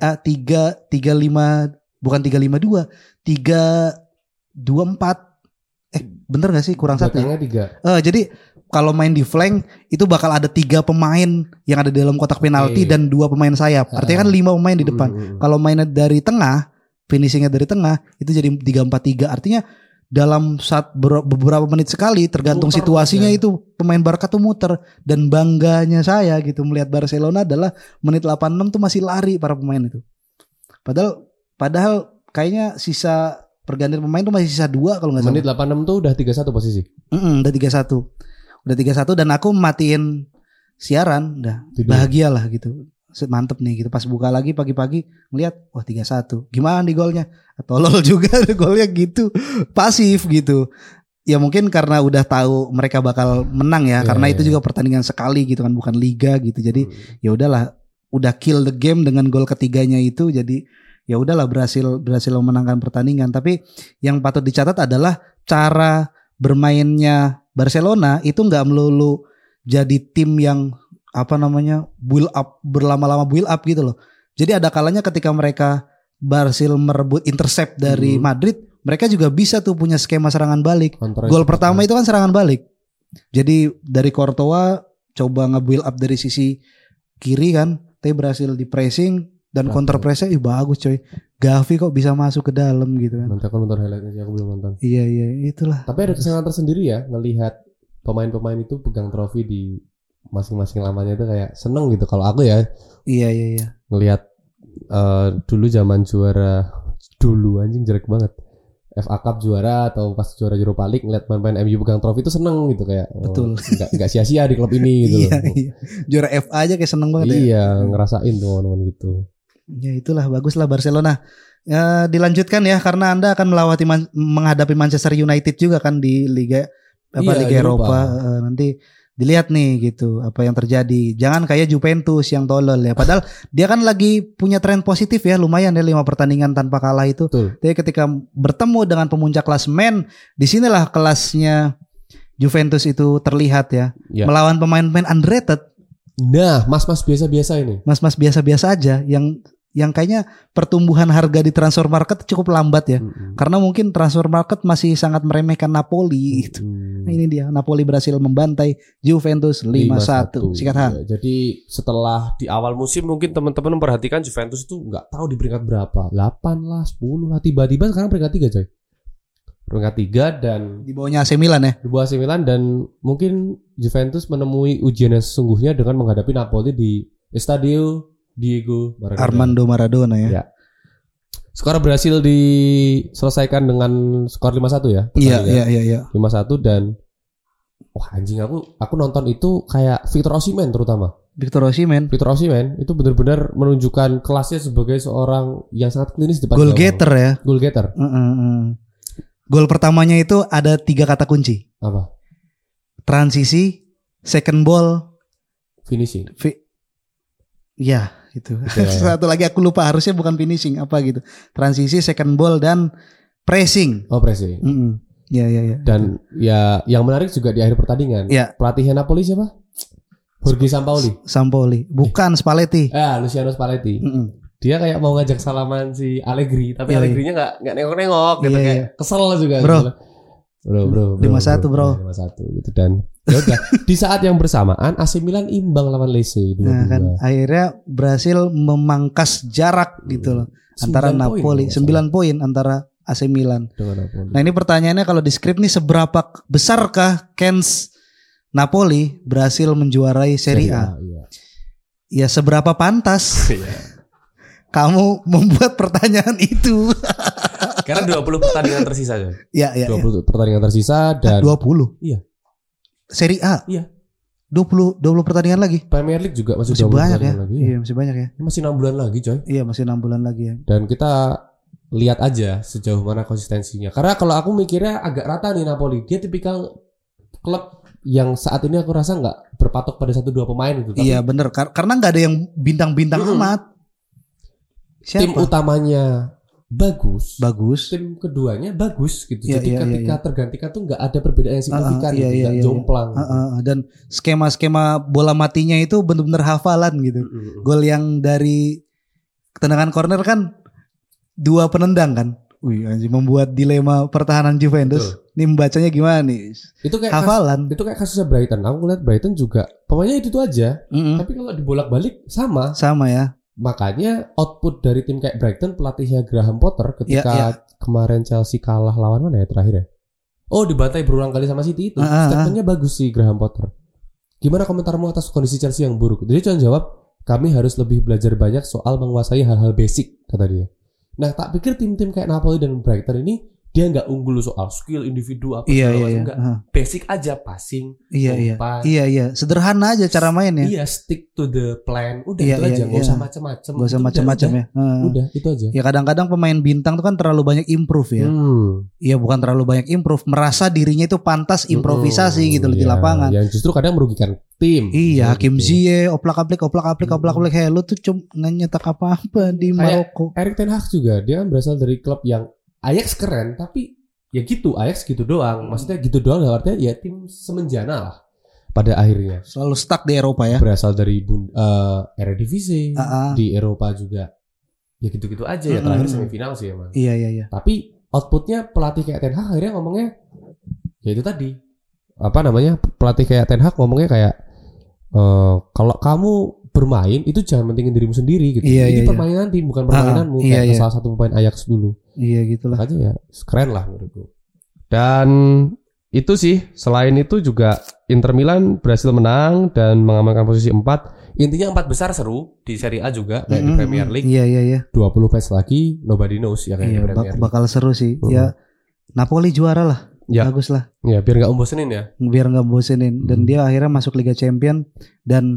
Speaker 3: tiga tiga lima bukan tiga lima dua tiga dua empat eh bener nggak sih kurang satu ya?
Speaker 2: tiga.
Speaker 3: Uh, jadi kalau main di flank itu bakal ada tiga pemain yang ada di dalam kotak penalti okay. dan dua pemain sayap. Artinya kan lima pemain di depan. Hmm. Kalau mainnya dari tengah, finishingnya dari tengah itu jadi tiga empat tiga. Artinya dalam saat beberapa menit sekali tergantung muter situasinya ya. Itu pemain Barca tuh muter. Dan bangganya saya gitu melihat Barcelona adalah menit delapan puluh enam tuh masih lari para pemain itu. Padahal padahal kayaknya sisa pergantian pemain tuh masih sisa dua kalau nggak salah.
Speaker 2: Menit delapan puluh enam tuh udah tiga satu posisi.
Speaker 3: Mm-mm, udah tiga satu. Udah tiga satu dan aku matiin siaran udah bahagia lah gitu. Mantep nih gitu pas buka lagi pagi-pagi ngeliat wah tiga satu. Gimana nih golnya? Tolol juga golnya gitu. Pasif gitu. Ya mungkin karena udah tahu mereka bakal menang ya, yeah, karena yeah. itu juga pertandingan sekali gitu kan bukan liga gitu. Jadi hmm. ya udahlah udah kill the game dengan gol ketiganya itu jadi ya udahlah berhasil berhasil memenangkan pertandingan. Tapi yang patut dicatat adalah cara bermainnya Barcelona itu nggak melulu jadi tim yang apa namanya build up berlama-lama build up gitu loh. Jadi ada kalanya ketika mereka berhasil merebut intercept dari hmm. Madrid, mereka juga bisa tuh punya skema serangan balik. Kontra Gol pertama itu kan serangan balik. Jadi dari Courtois coba nge-build up dari sisi kiri kan, tapi berhasil di pressing dan Betul. counter pressnya ih bagus coy. Gavi kok bisa masuk ke dalam gitu kan.
Speaker 2: Nanti aku nonton highlightnya sih, aku belum nonton.
Speaker 3: Iya iya itulah.
Speaker 2: Tapi ada kesenangan tersendiri ya ngelihat pemain-pemain itu pegang trofi di masing-masing lamanya itu kayak seneng gitu kalau aku ya.
Speaker 3: Iya iya iya.
Speaker 2: Ngelihat uh, dulu zaman juara dulu anjing jelek banget. F A Cup juara atau pas juara Europa League ngeliat pemain-pemain M U pegang trofi itu seneng gitu kayak.
Speaker 3: Betul.
Speaker 2: Enggak oh, enggak sia-sia di klub ini gitu
Speaker 3: iya,
Speaker 2: loh.
Speaker 3: Iya. Juara F A aja kayak seneng banget
Speaker 2: iya,
Speaker 3: ya.
Speaker 2: Iya, ngerasain tuh teman-teman gitu.
Speaker 3: Ya itulah baguslah Barcelona. Ya, dilanjutkan ya karena Anda akan melawati man- menghadapi Manchester United juga kan di Liga apa iya, Liga Eropa. Eropa. Uh, nanti dilihat nih gitu apa yang terjadi. Jangan kayak Juventus yang tolol ya. Padahal dia kan lagi punya tren positif ya, lumayan ya lima pertandingan tanpa kalah itu.
Speaker 2: Betul.
Speaker 3: Tapi ketika bertemu dengan pemuncak klasemen, disinilah kelasnya Juventus itu terlihat ya.
Speaker 2: Ya.
Speaker 3: Melawan pemain-pemain underrated.
Speaker 2: Nah, mas-mas biasa-biasa ini.
Speaker 3: Mas-mas biasa-biasa aja yang yang kayaknya pertumbuhan harga di transfer market cukup lambat ya.
Speaker 2: Mm-hmm.
Speaker 3: Karena mungkin transfer market masih sangat meremehkan Napoli gitu.
Speaker 2: Mm-hmm.
Speaker 3: Nah, ini dia, Napoli berhasil membantai Juventus lima satu. Sikat ha.
Speaker 2: Ya, jadi setelah di awal musim mungkin teman-teman memperhatikan Juventus itu nggak tahu di peringkat berapa, delapan lah, sepuluh lah, tiba-tiba sekarang peringkat tiga coy. Peringkat tiga dan
Speaker 3: Di bawahnya A C Milan ya.
Speaker 2: Di bawah A C Milan, dan mungkin Juventus menemui ujian yang sesungguhnya dengan menghadapi Napoli di Estadio Diego Maradona.
Speaker 3: Armando Maradona ya.
Speaker 2: Ya. Skor berhasil diselesaikan dengan skor lima satu ya.
Speaker 3: Iya, iya, iya, iya.
Speaker 2: lima satu dan wah anjing, aku aku nonton itu kayak Victor Osimhen terutama.
Speaker 3: Victor Osimhen.
Speaker 2: Victor Osimhen itu benar-benar menunjukkan kelasnya sebagai seorang yang sangat klinis depan
Speaker 3: Goal
Speaker 2: gawang.
Speaker 3: getter ya.
Speaker 2: Goal getter.
Speaker 3: Uh, uh, uh. Gol pertamanya itu ada tiga kata kunci.
Speaker 2: Apa?
Speaker 3: Transisi, second ball,
Speaker 2: Finishing.
Speaker 3: fi- ya itu.
Speaker 2: Ya.
Speaker 3: Satu lagi aku lupa, harusnya bukan finishing apa gitu. Transisi, second ball dan pressing.
Speaker 2: Oh, pressing.
Speaker 3: Mm-mm. Ya, ya, ya.
Speaker 2: Dan ya yang menarik juga di akhir pertandingan.
Speaker 3: Ya.
Speaker 2: Pelatihnya Napoli siapa? Jorge Sampaoli.
Speaker 3: Sampaoli, bukan Spalletti.
Speaker 2: Ah, Luciano Spalletti.
Speaker 3: Mm-mm.
Speaker 2: Dia kayak mau ngajak salaman si Allegri, tapi
Speaker 3: Iya,
Speaker 2: Allegri-nya nggak nggak nengok-nengok gitu,
Speaker 3: Iya,
Speaker 2: kayak
Speaker 3: iya.
Speaker 2: kesel juga.
Speaker 3: Bro.
Speaker 2: Gitu. Bro, bro, bro.
Speaker 3: lima satu, bro.
Speaker 2: lima satu gitu, dan ya udah. Di saat yang bersamaan A C Milan imbang lawan Lecce dua dua.
Speaker 3: Nah kan akhirnya berhasil memangkas jarak gitu loh antara
Speaker 2: sembilan poin,
Speaker 3: Napoli,
Speaker 2: kalau
Speaker 3: sembilan poin antara A C Milan.
Speaker 2: Dengan Napoli.
Speaker 3: Nah ini pertanyaannya kalau di skrip nih, seberapa besarkah Kens Napoli berhasil menjuarai Serie A?
Speaker 2: Iya.
Speaker 3: Ya seberapa pantas
Speaker 2: Iya.
Speaker 3: kamu membuat pertanyaan itu?
Speaker 2: Karena dua puluh pertandingan tersisa ya.
Speaker 3: Ya ya.
Speaker 2: dua puluh pertandingan tersisa dan
Speaker 3: dua puluh.
Speaker 2: Iya.
Speaker 3: Serie A.
Speaker 2: Iya.
Speaker 3: dua puluh dua puluh pertandingan lagi.
Speaker 2: Premier League juga masih,
Speaker 3: Masih
Speaker 2: dua puluh
Speaker 3: banyak ya.
Speaker 2: pertandingan lagi.
Speaker 3: Iya, masih banyak ya.
Speaker 2: Masih enam bulan lagi, coy.
Speaker 3: Iya, masih enam bulan lagi ya.
Speaker 2: Dan kita lihat aja sejauh mana konsistensinya. Karena kalau aku mikirnya agak rata nih Napoli. Dia tipikal klub yang saat ini aku rasa nggak berpatok pada satu dua pemain gitu. Tapi
Speaker 3: Iya bener, Kar- karena nggak ada yang bintang-bintang
Speaker 2: Mm-mm.
Speaker 3: amat. Siapa?
Speaker 2: tim utamanya bagus.
Speaker 3: Bagus.
Speaker 2: Tim keduanya bagus gitu.
Speaker 3: Iya,
Speaker 2: Jadi
Speaker 3: iya,
Speaker 2: ketika
Speaker 3: iya, iya.
Speaker 2: tergantikan tuh nggak ada perbedaan yang signifikan,
Speaker 3: Uh, uh,
Speaker 2: gitu,
Speaker 3: iya, iya,
Speaker 2: nggak
Speaker 3: iya,
Speaker 2: jomplang.
Speaker 3: Uh, uh, uh. Dan skema-skema bola matinya itu benar-benar hafalan gitu.
Speaker 2: Mm-mm.
Speaker 3: Gol yang dari tendangan corner kan dua penendang kan. Wih, anjing, membuat dilema pertahanan Juventus. Nih membacanya gimana nih?
Speaker 2: Itu kayak
Speaker 3: Hafalan.
Speaker 2: Kas, itu kayak kasusnya Brighton. Aku ngeliat Brighton juga pemainnya itu itu aja.
Speaker 3: Mm-mm.
Speaker 2: Tapi kalau dibolak-balik sama.
Speaker 3: Sama ya.
Speaker 2: Makanya output dari tim kayak Brighton, pelatihnya Graham Potter ketika
Speaker 3: Ya, ya.
Speaker 2: kemarin Chelsea kalah lawan mana ya terakhir ya? Oh, dibantai berulang kali sama City itu.
Speaker 3: Ah, ah,
Speaker 2: Statementnya bagus sih Graham Potter. Gimana komentarmu atas kondisi Chelsea yang buruk? Jadi cuma jawab, kami harus lebih belajar banyak soal menguasai hal-hal basic, kata dia. Nah, tak pikir tim-tim kayak Napoli dan Brighton ini dia nggak unggul soal skill individu apa
Speaker 3: Iya
Speaker 2: segala
Speaker 3: iya
Speaker 2: macam,
Speaker 3: iya.
Speaker 2: nggak.
Speaker 3: Uh,
Speaker 2: Basic aja, passing,
Speaker 3: Iya iya.
Speaker 2: umpan.
Speaker 3: Iya iya. Sederhana aja cara mainnya.
Speaker 2: Iya, stick to the plan. Udah
Speaker 3: Iya,
Speaker 2: itu
Speaker 3: iya,
Speaker 2: aja, nggak
Speaker 3: iya.
Speaker 2: usah macam-macam.
Speaker 3: Gak usah
Speaker 2: Udah,
Speaker 3: macam-macam
Speaker 2: udah,
Speaker 3: ya. Uh.
Speaker 2: Udah, itu aja.
Speaker 3: Ya kadang-kadang pemain bintang tuh kan terlalu banyak improve ya.
Speaker 2: Hmm.
Speaker 3: Iya bukan terlalu banyak improve, merasa dirinya itu pantas improvisasi
Speaker 2: Hmm,
Speaker 3: gitu loh di
Speaker 2: iya.
Speaker 3: lapangan.
Speaker 2: Yang justru kadang merugikan tim.
Speaker 3: Iya, Hakim
Speaker 2: gitu.
Speaker 3: Ziyech, oplak-aplik, oplak-aplik,
Speaker 2: Hmm.
Speaker 3: oplak-aplik. Hey, lu tuh cuma nyetak apa-apa di
Speaker 2: Kayak-
Speaker 3: Maroko.
Speaker 2: Erik ten Hag juga, dia kan berasal dari klub yang Ajax keren, tapi ya gitu, Ajax gitu doang. Maksudnya gitu doang, artinya ya tim semenjana lah pada akhirnya.
Speaker 3: Selalu stuck di Eropa ya.
Speaker 2: Berasal dari Bund- eh, Eredivisie,
Speaker 3: Ah, ah.
Speaker 2: di Eropa juga. Ya gitu-gitu aja ya,
Speaker 3: Mm-mm.
Speaker 2: terakhir semifinal sih emang.
Speaker 3: Iya, iya, iya.
Speaker 2: Tapi outputnya pelatih kayak Ten Hag akhirnya ngomongnya ya itu tadi. Apa namanya? Pelatih kayak Ten Hag ngomongnya kayak eh, kalau kamu bermain itu jangan mentingin dirimu sendiri gitu.
Speaker 3: Iya,
Speaker 2: Ini
Speaker 3: iya,
Speaker 2: permainan tim bukan permainanmu.
Speaker 3: iya,
Speaker 2: kayak
Speaker 3: iya.
Speaker 2: salah satu pemain Ajax dulu.
Speaker 3: Iya gitulah.
Speaker 2: Makanya ya keren lah menurutku. Dan itu sih, selain itu juga Inter Milan berhasil menang dan mengamankan posisi empat. Intinya empat besar seru di Serie A juga kayak di
Speaker 3: Mm-mm.
Speaker 2: Premier League.
Speaker 3: Iya, iya, iya.
Speaker 2: dua puluh match lagi, nobody knows ya kayak
Speaker 3: Iya,
Speaker 2: di Premier
Speaker 3: bak-
Speaker 2: League.
Speaker 3: bakal seru sih.
Speaker 2: Mm-mm.
Speaker 3: Ya Napoli juara lah.
Speaker 2: Ya.
Speaker 3: Bagus lah.
Speaker 2: Ya biar nggak umbosenin ya.
Speaker 3: Biar nggak bosenin. Dan
Speaker 2: Hmm.
Speaker 3: dia akhirnya masuk Liga Champion dan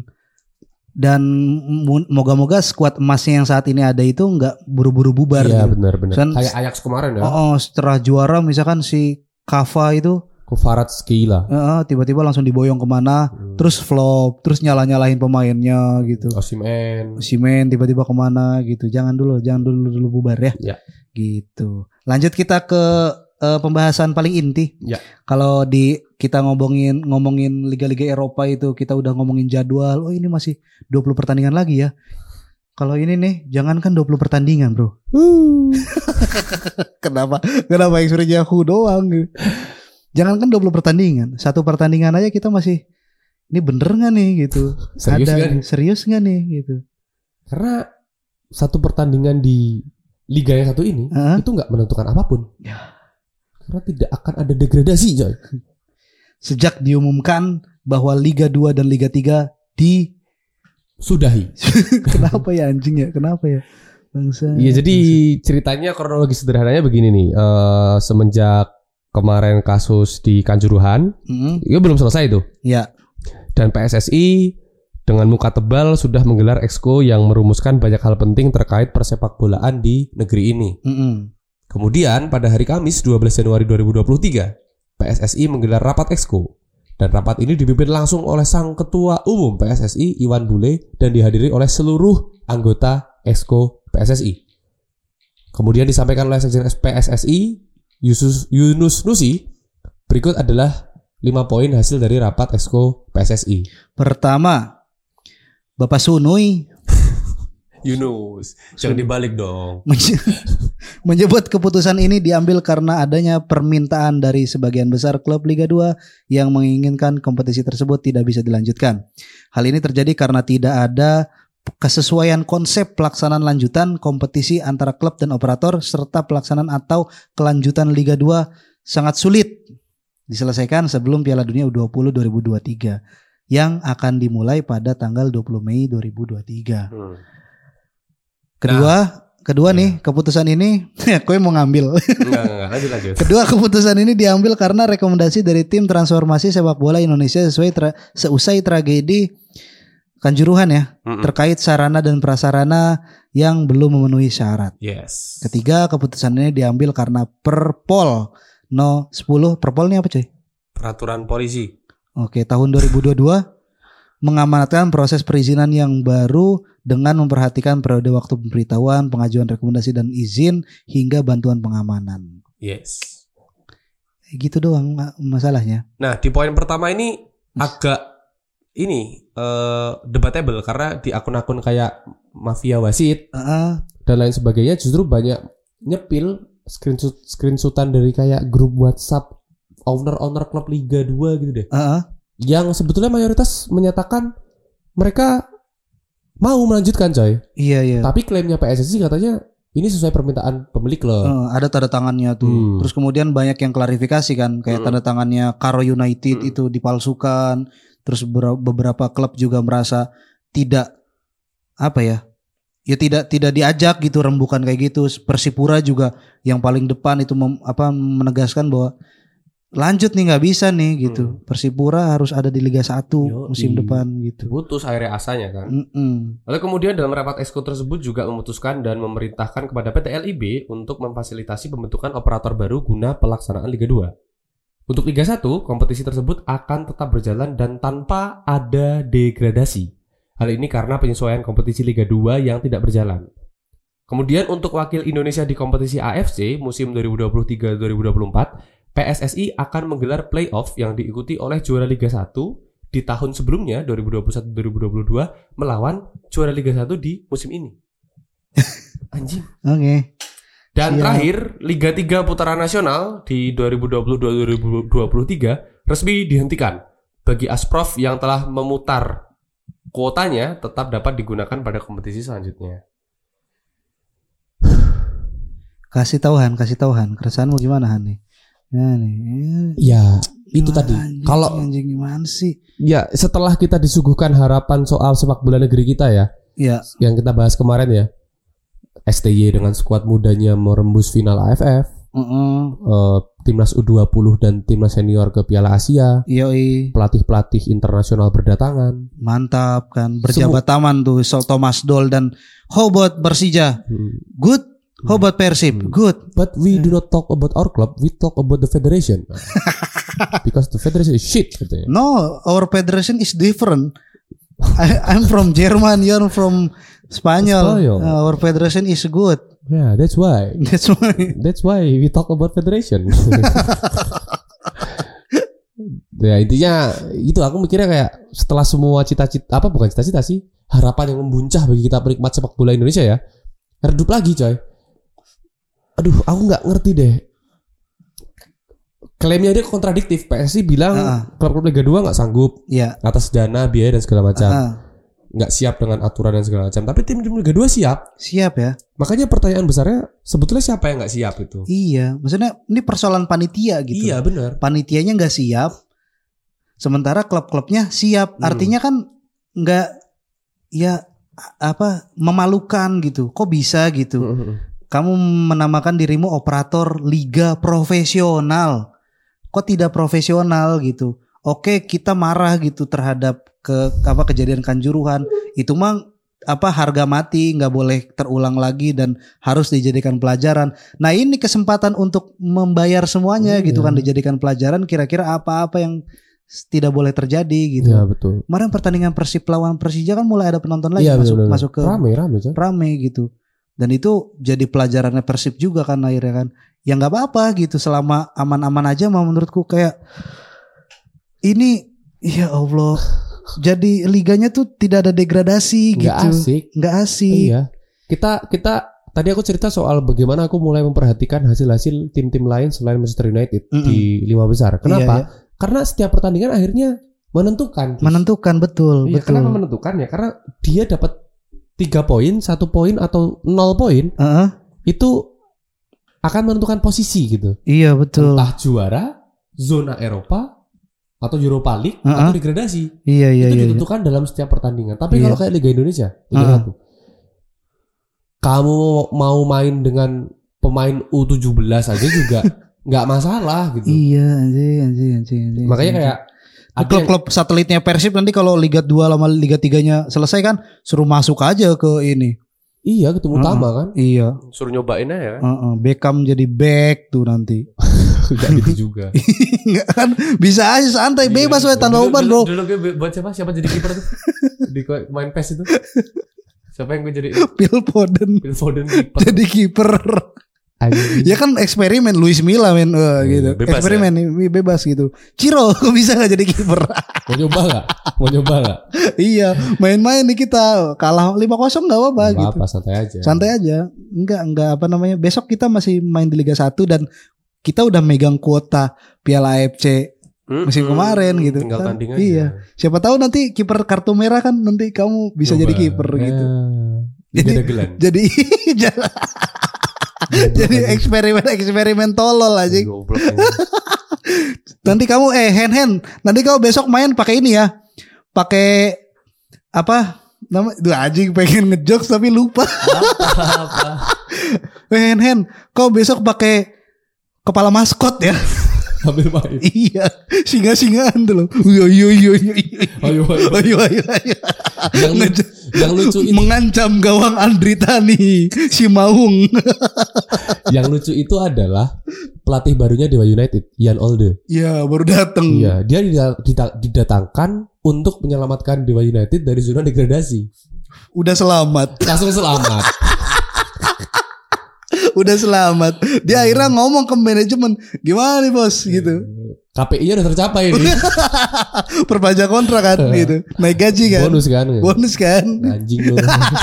Speaker 3: dan mu- moga-moga skuad emasnya yang saat ini ada itu nggak buru-buru bubar.
Speaker 2: Iya
Speaker 3: gitu.
Speaker 2: benar-benar.
Speaker 3: Kan-
Speaker 2: Kayak Ajax kemarin ya.
Speaker 3: Oh, oh, setelah juara misalkan si Kava itu
Speaker 2: Kvaratskhelia.
Speaker 3: Uh, tiba-tiba langsung diboyong kemana, hmm. terus flop, terus nyala-nyalahin pemainnya gitu.
Speaker 2: Osimhen.
Speaker 3: Osimhen tiba-tiba kemana gitu. Jangan dulu, jangan dulu dulu bubar ya.
Speaker 2: Ya.
Speaker 3: Gitu. Lanjut kita ke uh, pembahasan paling inti.
Speaker 2: Ya.
Speaker 3: Kalau di kita ngomongin ngomongin liga-liga Eropa itu kita udah ngomongin jadwal. Oh ini masih dua puluh pertandingan lagi ya. Kalau ini nih, jangankan dua puluh pertandingan, Bro. Uh. Kenapa? Kenapa yang suruh Yahoo doang gitu. Jangankan dua puluh pertandingan, satu pertandingan aja kita masih ini bener nggak nih gitu,
Speaker 2: serius
Speaker 3: ada
Speaker 2: gak nih?
Speaker 3: serius nggak nih gitu.
Speaker 2: Karena satu pertandingan di liga yang satu ini uh-huh. itu nggak menentukan apapun, ya. Karena tidak akan ada degradasi, coy.
Speaker 3: Sejak diumumkan bahwa Liga dua dan Liga tiga di
Speaker 2: sudahi.
Speaker 3: Kenapa ya anjing ya? Kenapa ya? Bangsa.
Speaker 2: Iya jadi bangsa. Ceritanya kronologi sederhananya begini nih, uh, semenjak kemarin kasus di Kanjuruhan, mm-hmm. itu belum selesai tuh.
Speaker 3: Ya.
Speaker 2: Dan P S S I dengan muka tebal sudah menggelar exco yang merumuskan banyak hal penting terkait persepakbolaan di negeri ini.
Speaker 3: Mm-hmm.
Speaker 2: Kemudian pada hari Kamis dua belas Januari dua ribu dua puluh tiga, P S S I menggelar rapat exco. Dan rapat ini dipimpin langsung oleh sang ketua umum P S S I Iwan Bule dan dihadiri oleh seluruh anggota exco P S S I. Kemudian disampaikan oleh sekjen P S S I Yunus, Yunus Nusi. Berikut adalah lima poin hasil dari rapat exco P S S I.
Speaker 3: Pertama, Bapak Sunui
Speaker 2: Yunus, jangan dibalik dong.
Speaker 3: Menyebut keputusan ini diambil karena adanya permintaan dari sebagian besar klub Liga dua yang menginginkan kompetisi tersebut tidak bisa dilanjutkan. Hal ini terjadi karena tidak ada kesesuaian konsep pelaksanaan lanjutan kompetisi antara klub dan operator serta pelaksanaan atau kelanjutan Liga dua sangat sulit diselesaikan sebelum Piala Dunia U dua puluh dua ribu dua puluh tiga yang akan dimulai pada tanggal dua puluh Mei dua ribu dua puluh tiga. Hmm. Kedua, nah, kedua ya. nih keputusan ini kowe mau ngambil.
Speaker 2: Enggak, enggak, lanjut lanjut.
Speaker 3: Kedua keputusan ini diambil karena rekomendasi dari tim transformasi sepak bola Indonesia sesuai tra- seusai tragedi Kanjuruhan ya, mm-mm. terkait sarana dan prasarana yang belum memenuhi syarat.
Speaker 2: Yes.
Speaker 3: Ketiga, keputusan ini diambil karena Perpol no sepuluh. Perpol ini apa cuy?
Speaker 2: Peraturan polisi.
Speaker 3: Oke, tahun dua ribu dua puluh dua mengamanatkan proses perizinan yang baru dengan memperhatikan periode waktu pemberitahuan, pengajuan rekomendasi dan izin hingga bantuan pengamanan.
Speaker 2: Yes.
Speaker 3: Gitu doang masalahnya.
Speaker 2: Nah, di poin pertama ini agak ini uh, debatable karena di akun-akun kayak mafia wasit uh-uh. dan lain sebagainya justru banyak nyepil screenshot screenshotan dari kayak grup WhatsApp owner-owner klub Liga dua gitu deh.
Speaker 3: Uh-uh.
Speaker 2: Yang sebetulnya mayoritas menyatakan mereka mau melanjutkan, coy.
Speaker 3: Iya, iya.
Speaker 2: Tapi klaimnya P S S I katanya ini sesuai permintaan pemilik klub.
Speaker 3: Uh, ada tanda tangannya tuh. Hmm. Terus kemudian banyak yang klarifikasi kan kayak hmm. tanda tangannya Karo United hmm. itu dipalsukan. Terus beberapa klub juga merasa tidak apa ya, ya tidak tidak diajak gitu rembukan kayak gitu. Persipura juga yang paling depan itu mem, apa menegaskan bahwa lanjut nih nggak bisa nih gitu. Hmm. Persipura harus ada di Liga satu Yo, musim i. depan gitu.
Speaker 2: Putus akhirnya asanya kan.
Speaker 3: Mm-mm.
Speaker 2: Lalu kemudian dalam rapat exco tersebut juga memutuskan dan memerintahkan kepada P T L I B untuk memfasilitasi pembentukan operator baru guna pelaksanaan Liga dua. Untuk Liga satu, kompetisi tersebut akan tetap berjalan dan tanpa ada degradasi. Hal ini karena penyesuaian kompetisi Liga dua yang tidak berjalan. Kemudian untuk wakil Indonesia di kompetisi A F C musim dua ribu dua puluh tiga dua ribu dua puluh empat, P S S I akan menggelar playoff yang diikuti oleh juara Liga satu di tahun sebelumnya dua ribu dua puluh satu dua ribu dua puluh dua melawan juara Liga satu di musim ini. Anjing.
Speaker 3: Oke. Okay.
Speaker 2: Dan
Speaker 3: Siap.
Speaker 2: terakhir, Liga tiga putaran nasional di dua ribu dua puluh dua dua ribu dua puluh tiga resmi dihentikan. Bagi Asprof yang telah memutar kuotanya tetap dapat digunakan pada kompetisi selanjutnya.
Speaker 3: Kasih tahu Han, kasih tahu Han. Keresahanmu gimana Han nih? Ya nih.
Speaker 2: Ya, itu tadi. Kalau
Speaker 3: anjing gimana sih?
Speaker 2: Ya, setelah kita disuguhkan harapan soal sepak bola negeri kita ya.
Speaker 3: Ya.
Speaker 2: Yang kita bahas kemarin ya. S T Y dengan skuad mudanya merembus final A F F.
Speaker 3: Uh-uh.
Speaker 2: Uh, timnas U dua puluh dan timnas senior ke Piala Asia.
Speaker 3: Yoi.
Speaker 2: Pelatih-pelatih internasional berdatangan.
Speaker 3: Mantap kan. Berjabat tangan tuh so Thomas Doll dan how about Persija? Hmm. Good. How about Persib? Hmm. Good.
Speaker 2: But we do not talk about our club, we talk about the federation. Because the federation is shit katanya.
Speaker 3: No, our federation is different. I, I'm from Jerman, you're from Spanyol.
Speaker 2: Spanyol.
Speaker 3: Uh, our federation is good.
Speaker 2: Yeah, that's why.
Speaker 3: That's why.
Speaker 2: That's why we talk about federation. Ya intinya itu aku mikirnya kayak setelah semua cita-cita apa bukan cita-cita sih harapan yang membuncah bagi kita penikmat sepak bola Indonesia ya redup lagi coy. Aduh aku nggak ngerti deh. Klaimnya dia kontradiktif. P S S I bilang uh-uh. klub-klub Liga dua nggak sanggup
Speaker 3: yeah.
Speaker 2: atas dana, biaya dan segala macam, nggak
Speaker 3: uh-uh.
Speaker 2: siap dengan aturan dan segala macam. Tapi tim-tim Liga dua siap.
Speaker 3: Siap ya.
Speaker 2: Makanya pertanyaan besarnya sebetulnya siapa yang nggak siap itu?
Speaker 3: Iya, maksudnya ini persoalan panitia gitu.
Speaker 2: Iya benar.
Speaker 3: Panitianya nggak siap, sementara klub-klubnya siap. Hmm. Artinya kan nggak ya apa memalukan gitu. Kok bisa gitu? Hmm. Kamu menamakan dirimu operator liga profesional. Kok tidak profesional gitu? Oke, kita marah gitu terhadap ke apa kejadian Kanjuruhan. Itu mah apa harga mati, nggak boleh terulang lagi dan harus dijadikan pelajaran. Nah, ini kesempatan untuk membayar semuanya hmm, gitu kan, dijadikan pelajaran kira-kira apa-apa yang tidak boleh terjadi gitu.
Speaker 2: Iya, betul.
Speaker 3: Kemarin pertandingan Persib lawan Persija kan mulai ada penonton lagi ya, masuk bener, masuk ke
Speaker 2: rame rame
Speaker 3: rame gitu. Dan itu jadi pelajarannya Persib juga kan akhirnya kan. Ya nggak apa-apa gitu selama aman-aman aja mah menurutku kayak ini ya Allah. Jadi liganya tuh tidak ada degradasi
Speaker 2: nggak
Speaker 3: gitu.
Speaker 2: Asik.
Speaker 3: Nggak asik.
Speaker 2: Iya. Kita kita tadi aku cerita soal bagaimana aku mulai memperhatikan hasil-hasil tim-tim lain selain Manchester United mm-mm. di lima besar. Kenapa? Iya, iya. Karena setiap pertandingan akhirnya menentukan.
Speaker 3: Menentukan betul.
Speaker 2: Iya,
Speaker 3: betul.
Speaker 2: Kenapa menentukan ya? Karena dia dapat tiga poin, satu poin atau nol poin.
Speaker 3: Uh-huh.
Speaker 2: Itu akan menentukan posisi gitu.
Speaker 3: Iya betul.
Speaker 2: Entah juara, zona Eropa atau Europa League uh-huh. atau degradasi.
Speaker 3: Iya iya.
Speaker 2: Itu
Speaker 3: iya,
Speaker 2: ditentukan iya. dalam setiap pertandingan. Tapi
Speaker 3: iya.
Speaker 2: kalau kayak Liga Indonesia, Liga
Speaker 3: uh-huh.
Speaker 2: satu, kamu mau main dengan pemain U tujuh belas aja juga nggak masalah gitu.
Speaker 3: Iya anjing anjing anjing. anjing
Speaker 2: Makanya kayak
Speaker 3: klub-klub satelitnya Persib nanti kalau Liga dua sama Liga tiga-nya selesai kan suruh masuk aja ke ini.
Speaker 2: Iya ketemu
Speaker 3: uh-uh.
Speaker 2: utama kan.
Speaker 3: Iya.
Speaker 2: Suruh nyobain aja kan.
Speaker 3: Uh-uh. Beckham jadi back tuh nanti.
Speaker 2: Enggak gitu juga.
Speaker 3: Enggak kan bisa aja santai bebas we tanpa beban bro.
Speaker 2: Dulu gue buat siapa? Siapa jadi kiper tuh? Di main P E S itu. Siapa yang gue jadi?
Speaker 3: Phil Foden.
Speaker 2: Phil Foden kiper.
Speaker 3: Jadi kiper. Ya kan eksperimen Luis Milla men uh, gitu. Bebas, eksperimen ya? Bebas gitu. Ciro kok bisa gak jadi kiper?
Speaker 2: Mau nyoba gak? Mau nyoba gak?
Speaker 3: Iya, main-main nih kita kalah lima kosong enggak apa-apa gitu.
Speaker 2: Apa santai aja.
Speaker 3: Santai aja. Enggak enggak apa namanya. Besok kita masih main di Liga satu dan kita udah megang kuota Piala A F C musim hmm, kemarin gitu.
Speaker 2: Tinggal
Speaker 3: kan?
Speaker 2: tanding aja.
Speaker 3: Iya. Siapa tahu nanti kiper kartu merah kan nanti kamu bisa
Speaker 2: Coba.
Speaker 3: jadi kiper
Speaker 2: ya.
Speaker 3: gitu.
Speaker 2: Jadi
Speaker 3: jadi jadi eksperimen eksperimen tolol aja. Nanti kamu eh hand hand. Nanti kamu besok main pakai ini ya. Pakai apa? Nama duh anjing pengen ngejokes tapi lupa. Apa? hand hand. Kau besok pakai kepala maskot ya.
Speaker 2: Ambil main.
Speaker 3: Iya, singa-singaan tuh loh. Iya iya iya iya.
Speaker 2: Ayo ayo ayo ayo. Yang lucu, yang lucu itu
Speaker 3: mengancam gawang Andri Tani si Maung.
Speaker 2: Yang lucu itu adalah pelatih barunya Dewa United, Jan Olde.
Speaker 3: Iya, baru datang.
Speaker 2: Iya, dia didatangkan untuk menyelamatkan Dewa United dari zona degradasi.
Speaker 3: Udah selamat.
Speaker 2: Langsung selamat.
Speaker 3: Udah selamat. Dia akhirnya ngomong ke manajemen, gimana nih bos gitu.
Speaker 2: K P I-nya udah tercapai nih.
Speaker 3: Perpanjang kontrak kan gitu. Naik gaji kan.
Speaker 2: Bonus kan.
Speaker 3: Bonus kan.
Speaker 2: Anjing lu.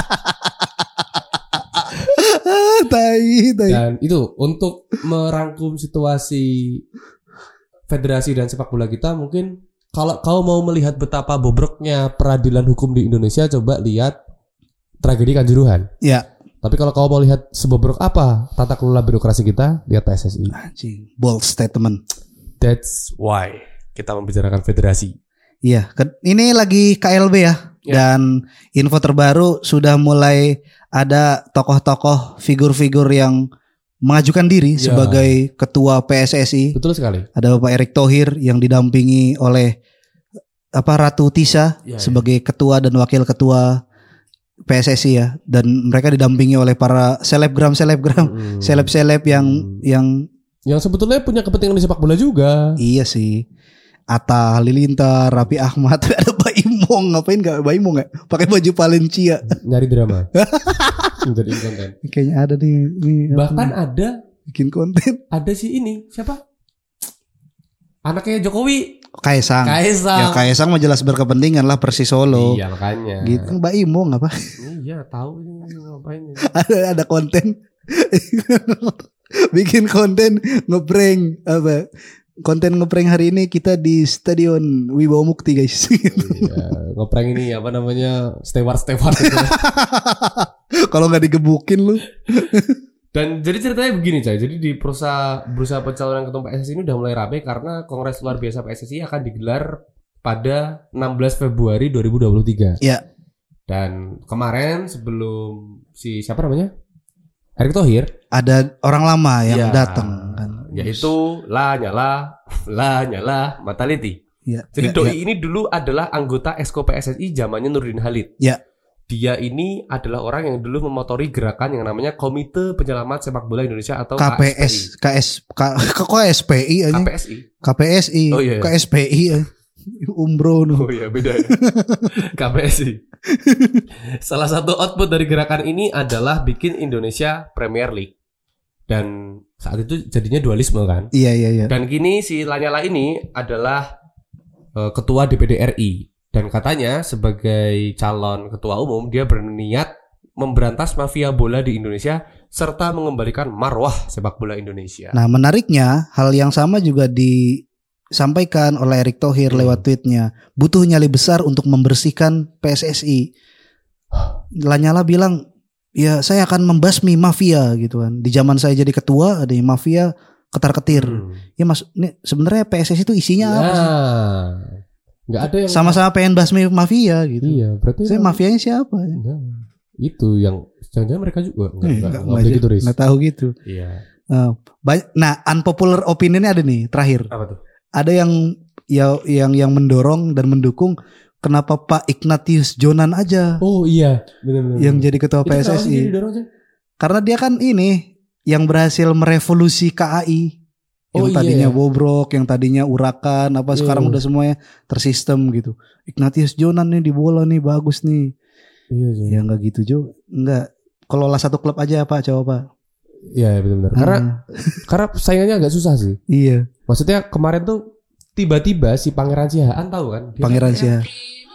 Speaker 3: Tai, tai.
Speaker 2: Dan itu untuk merangkum situasi federasi dan sepak bola kita, mungkin kalau kau mau melihat betapa bobroknya peradilan hukum di Indonesia, coba lihat tragedi Kanjuruhan.
Speaker 3: Ya.
Speaker 2: Tapi kalau kau mau lihat sebobrok apa tata kelola birokrasi kita, lihat P S S I.
Speaker 3: Anjing, bold statement.
Speaker 2: That's why kita membicarakan federasi.
Speaker 3: Iya, ini lagi K L B ya. Ya. Dan info terbaru sudah mulai ada tokoh-tokoh figur-figur yang mengajukan diri ya. Sebagai ketua P S S I.
Speaker 2: Betul sekali.
Speaker 3: Ada Bapak Erick Thohir yang didampingi oleh apa Ratu Tisa ya, sebagai ya. Ketua dan wakil ketua P S S I ya, dan mereka didampingi oleh para selebgram selebgram hmm. seleb seleb yang hmm. yang
Speaker 2: yang sebetulnya punya kepentingan di sepak bola juga.
Speaker 3: Iya sih. Atta Halilintar, Raffi Ahmad, ada Baimong, ngapain gak Baimong gak? Pakai baju Valencia.
Speaker 2: Nyari drama. Jadi konten.
Speaker 3: Kayaknya ada nih, nih
Speaker 2: Bahkan
Speaker 3: apa?
Speaker 2: ada
Speaker 3: Bikin konten.
Speaker 2: Ada sih ini, siapa? Anaknya Jokowi.
Speaker 3: Kaisang.
Speaker 2: Kaisang.
Speaker 3: Ya Kaisang mah jelas berkepentingan lah Persis Solo.
Speaker 2: Iya makanya.
Speaker 3: Gitu Baimong apa?
Speaker 2: Iya tahu ini ngapain.
Speaker 3: ada ada konten. Bikin konten ngeprank apa? Konten ngeprank hari ini kita di Stadion Wibawa Mukti guys.
Speaker 2: Iya, ngeprank ini apa namanya? Steward Steward itu.
Speaker 3: Kalau nggak digebukin lu.
Speaker 2: Dan jadi ceritanya begini coy. Jadi di perusahaan berusaha pencalonan ketua P S S I ini udah mulai rame karena Kongres luar biasa P S S I akan digelar pada enam belas Februari dua ribu dua puluh tiga.
Speaker 3: Iya.
Speaker 2: Dan kemarin sebelum si siapa namanya? Erick Thohir,
Speaker 3: ada orang lama yang
Speaker 2: ya,
Speaker 3: datang kan.
Speaker 2: Yaitu Lanyala, Lanyala Mataliti.
Speaker 3: Ya,
Speaker 2: Jadi
Speaker 3: ya,
Speaker 2: doi
Speaker 3: ya.
Speaker 2: ini dulu adalah anggota Exco P S S I zamannya Nurdin Halid.
Speaker 3: Ya.
Speaker 2: Dia ini adalah orang yang dulu memotori gerakan yang namanya Komite Penyelamat Sepak Bola Indonesia atau
Speaker 3: K P S, K S, K, kok S P I aja.
Speaker 2: K P S I.
Speaker 3: K P S I,
Speaker 2: Oh, iya, iya.
Speaker 3: K S P I aja. Umbro
Speaker 2: Oh iya beda ya. K P S I. Salah satu output dari gerakan ini adalah bikin Indonesia Premier League. Dan saat itu jadinya dualisme kan.
Speaker 3: Iya iya iya.
Speaker 2: Dan kini si Lanyala ini adalah uh, ketua D P D R I. Dan katanya sebagai calon ketua umum dia berniat memberantas mafia bola di Indonesia serta mengembalikan marwah sepak bola Indonesia.
Speaker 3: Nah menariknya hal yang sama juga disampaikan oleh Erick Thohir hmm. lewat tweetnya. Butuh nyali besar untuk membersihkan P S S I. Lanyala bilang ya saya akan membasmi mafia gitu kan. Di zaman saya jadi ketua ada mafia ketar-ketir. Hmm. Ya mas, ini sebenarnya P S S I itu isinya
Speaker 2: nah,
Speaker 3: apa sih?
Speaker 2: Nggak ada yang
Speaker 3: sama-sama pengen basmi mafia gitu.
Speaker 2: Iya, berarti
Speaker 3: saya mafianya siapa? Ya?
Speaker 2: Nah, itu yang jangan-jangan mereka juga nggak
Speaker 3: eh,
Speaker 2: nggak
Speaker 3: nggak,
Speaker 2: nggak gitu, Riz.
Speaker 3: nggak tahu gitu.
Speaker 2: Iya.
Speaker 3: Uh, banyak, nah, unpopular opinionnya ada nih terakhir.
Speaker 2: Apa tuh?
Speaker 3: Ada yang ya, yang yang mendorong dan mendukung kenapa Pak Ignatius Jonan aja.
Speaker 2: Oh iya, benar-benar.
Speaker 3: Yang jadi ketua P S S I. Karena dia kan ini yang berhasil merevolusi K A I. Yang
Speaker 2: oh,
Speaker 3: tadinya
Speaker 2: iya.
Speaker 3: bobrok, yang tadinya urakan, apa
Speaker 2: iya.
Speaker 3: sekarang udah semuanya tersistem gitu. Ignatius Jonan nih di bola nih bagus nih.
Speaker 2: Iya, iya.
Speaker 3: Ya enggak gitu Jo, enggak. Kelola satu klub aja Pak, coba Pak.
Speaker 2: Iya benar-benar. Karena
Speaker 3: Hmm.
Speaker 2: karena saingannya agak susah sih.
Speaker 3: Iya.
Speaker 2: Maksudnya kemarin tuh tiba-tiba si Pangeran Sihaan tahu kan? Dia
Speaker 3: Pangeran
Speaker 2: kayak,
Speaker 3: Sihaan.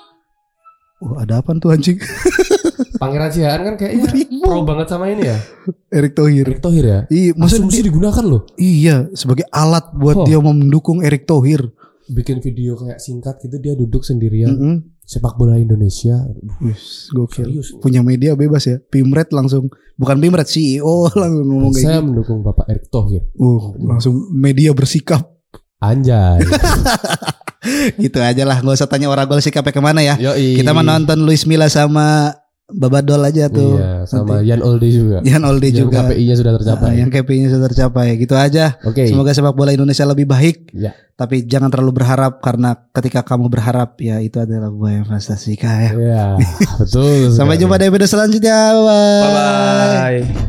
Speaker 3: Oh, ada apa tuh anjing?
Speaker 2: Pangeran Sihaan kan kayaknya pro banget sama ini ya.
Speaker 3: Erick Thohir.
Speaker 2: Erick Thohir ya.
Speaker 3: Iya, maksudnya
Speaker 2: asumsi digunakan loh.
Speaker 3: Iya, sebagai alat buat
Speaker 2: oh.
Speaker 3: dia mendukung Erick Thohir.
Speaker 2: Bikin video kayak singkat gitu dia duduk sendirian.
Speaker 3: Mm-hmm.
Speaker 2: Sepak bola Indonesia.
Speaker 3: Wis, gokil.
Speaker 2: Serius.
Speaker 3: Punya media bebas ya. Pimret langsung, bukan Pimret, C E O langsung ngomong kayak gitu.
Speaker 2: Saya mendukung Bapak Erick Thohir.
Speaker 3: Uh, langsung media bersikap.
Speaker 2: Anjay.
Speaker 3: Gitu aja lah, nggak usah tanya orang gol sikapnya kemana ya.
Speaker 2: Yoi.
Speaker 3: Kita menonton Luis Milla sama Babadol aja tuh.
Speaker 2: Iya, sama
Speaker 3: nanti.
Speaker 2: Yan Olde juga.
Speaker 3: Yan Olde
Speaker 2: yang
Speaker 3: juga.
Speaker 2: K P I-nya sudah tercapai.
Speaker 3: Nah, yang K P I-nya sudah tercapai. Gitu aja.
Speaker 2: Oke. Okay.
Speaker 3: Semoga sepak bola Indonesia lebih baik.
Speaker 2: Ya.
Speaker 3: Tapi jangan terlalu berharap karena ketika kamu berharap ya itu adalah buah yang fantastika ya.
Speaker 2: Iya, betul.
Speaker 3: Sampai jumpa di episode selanjutnya. Bye.
Speaker 2: Bye bye.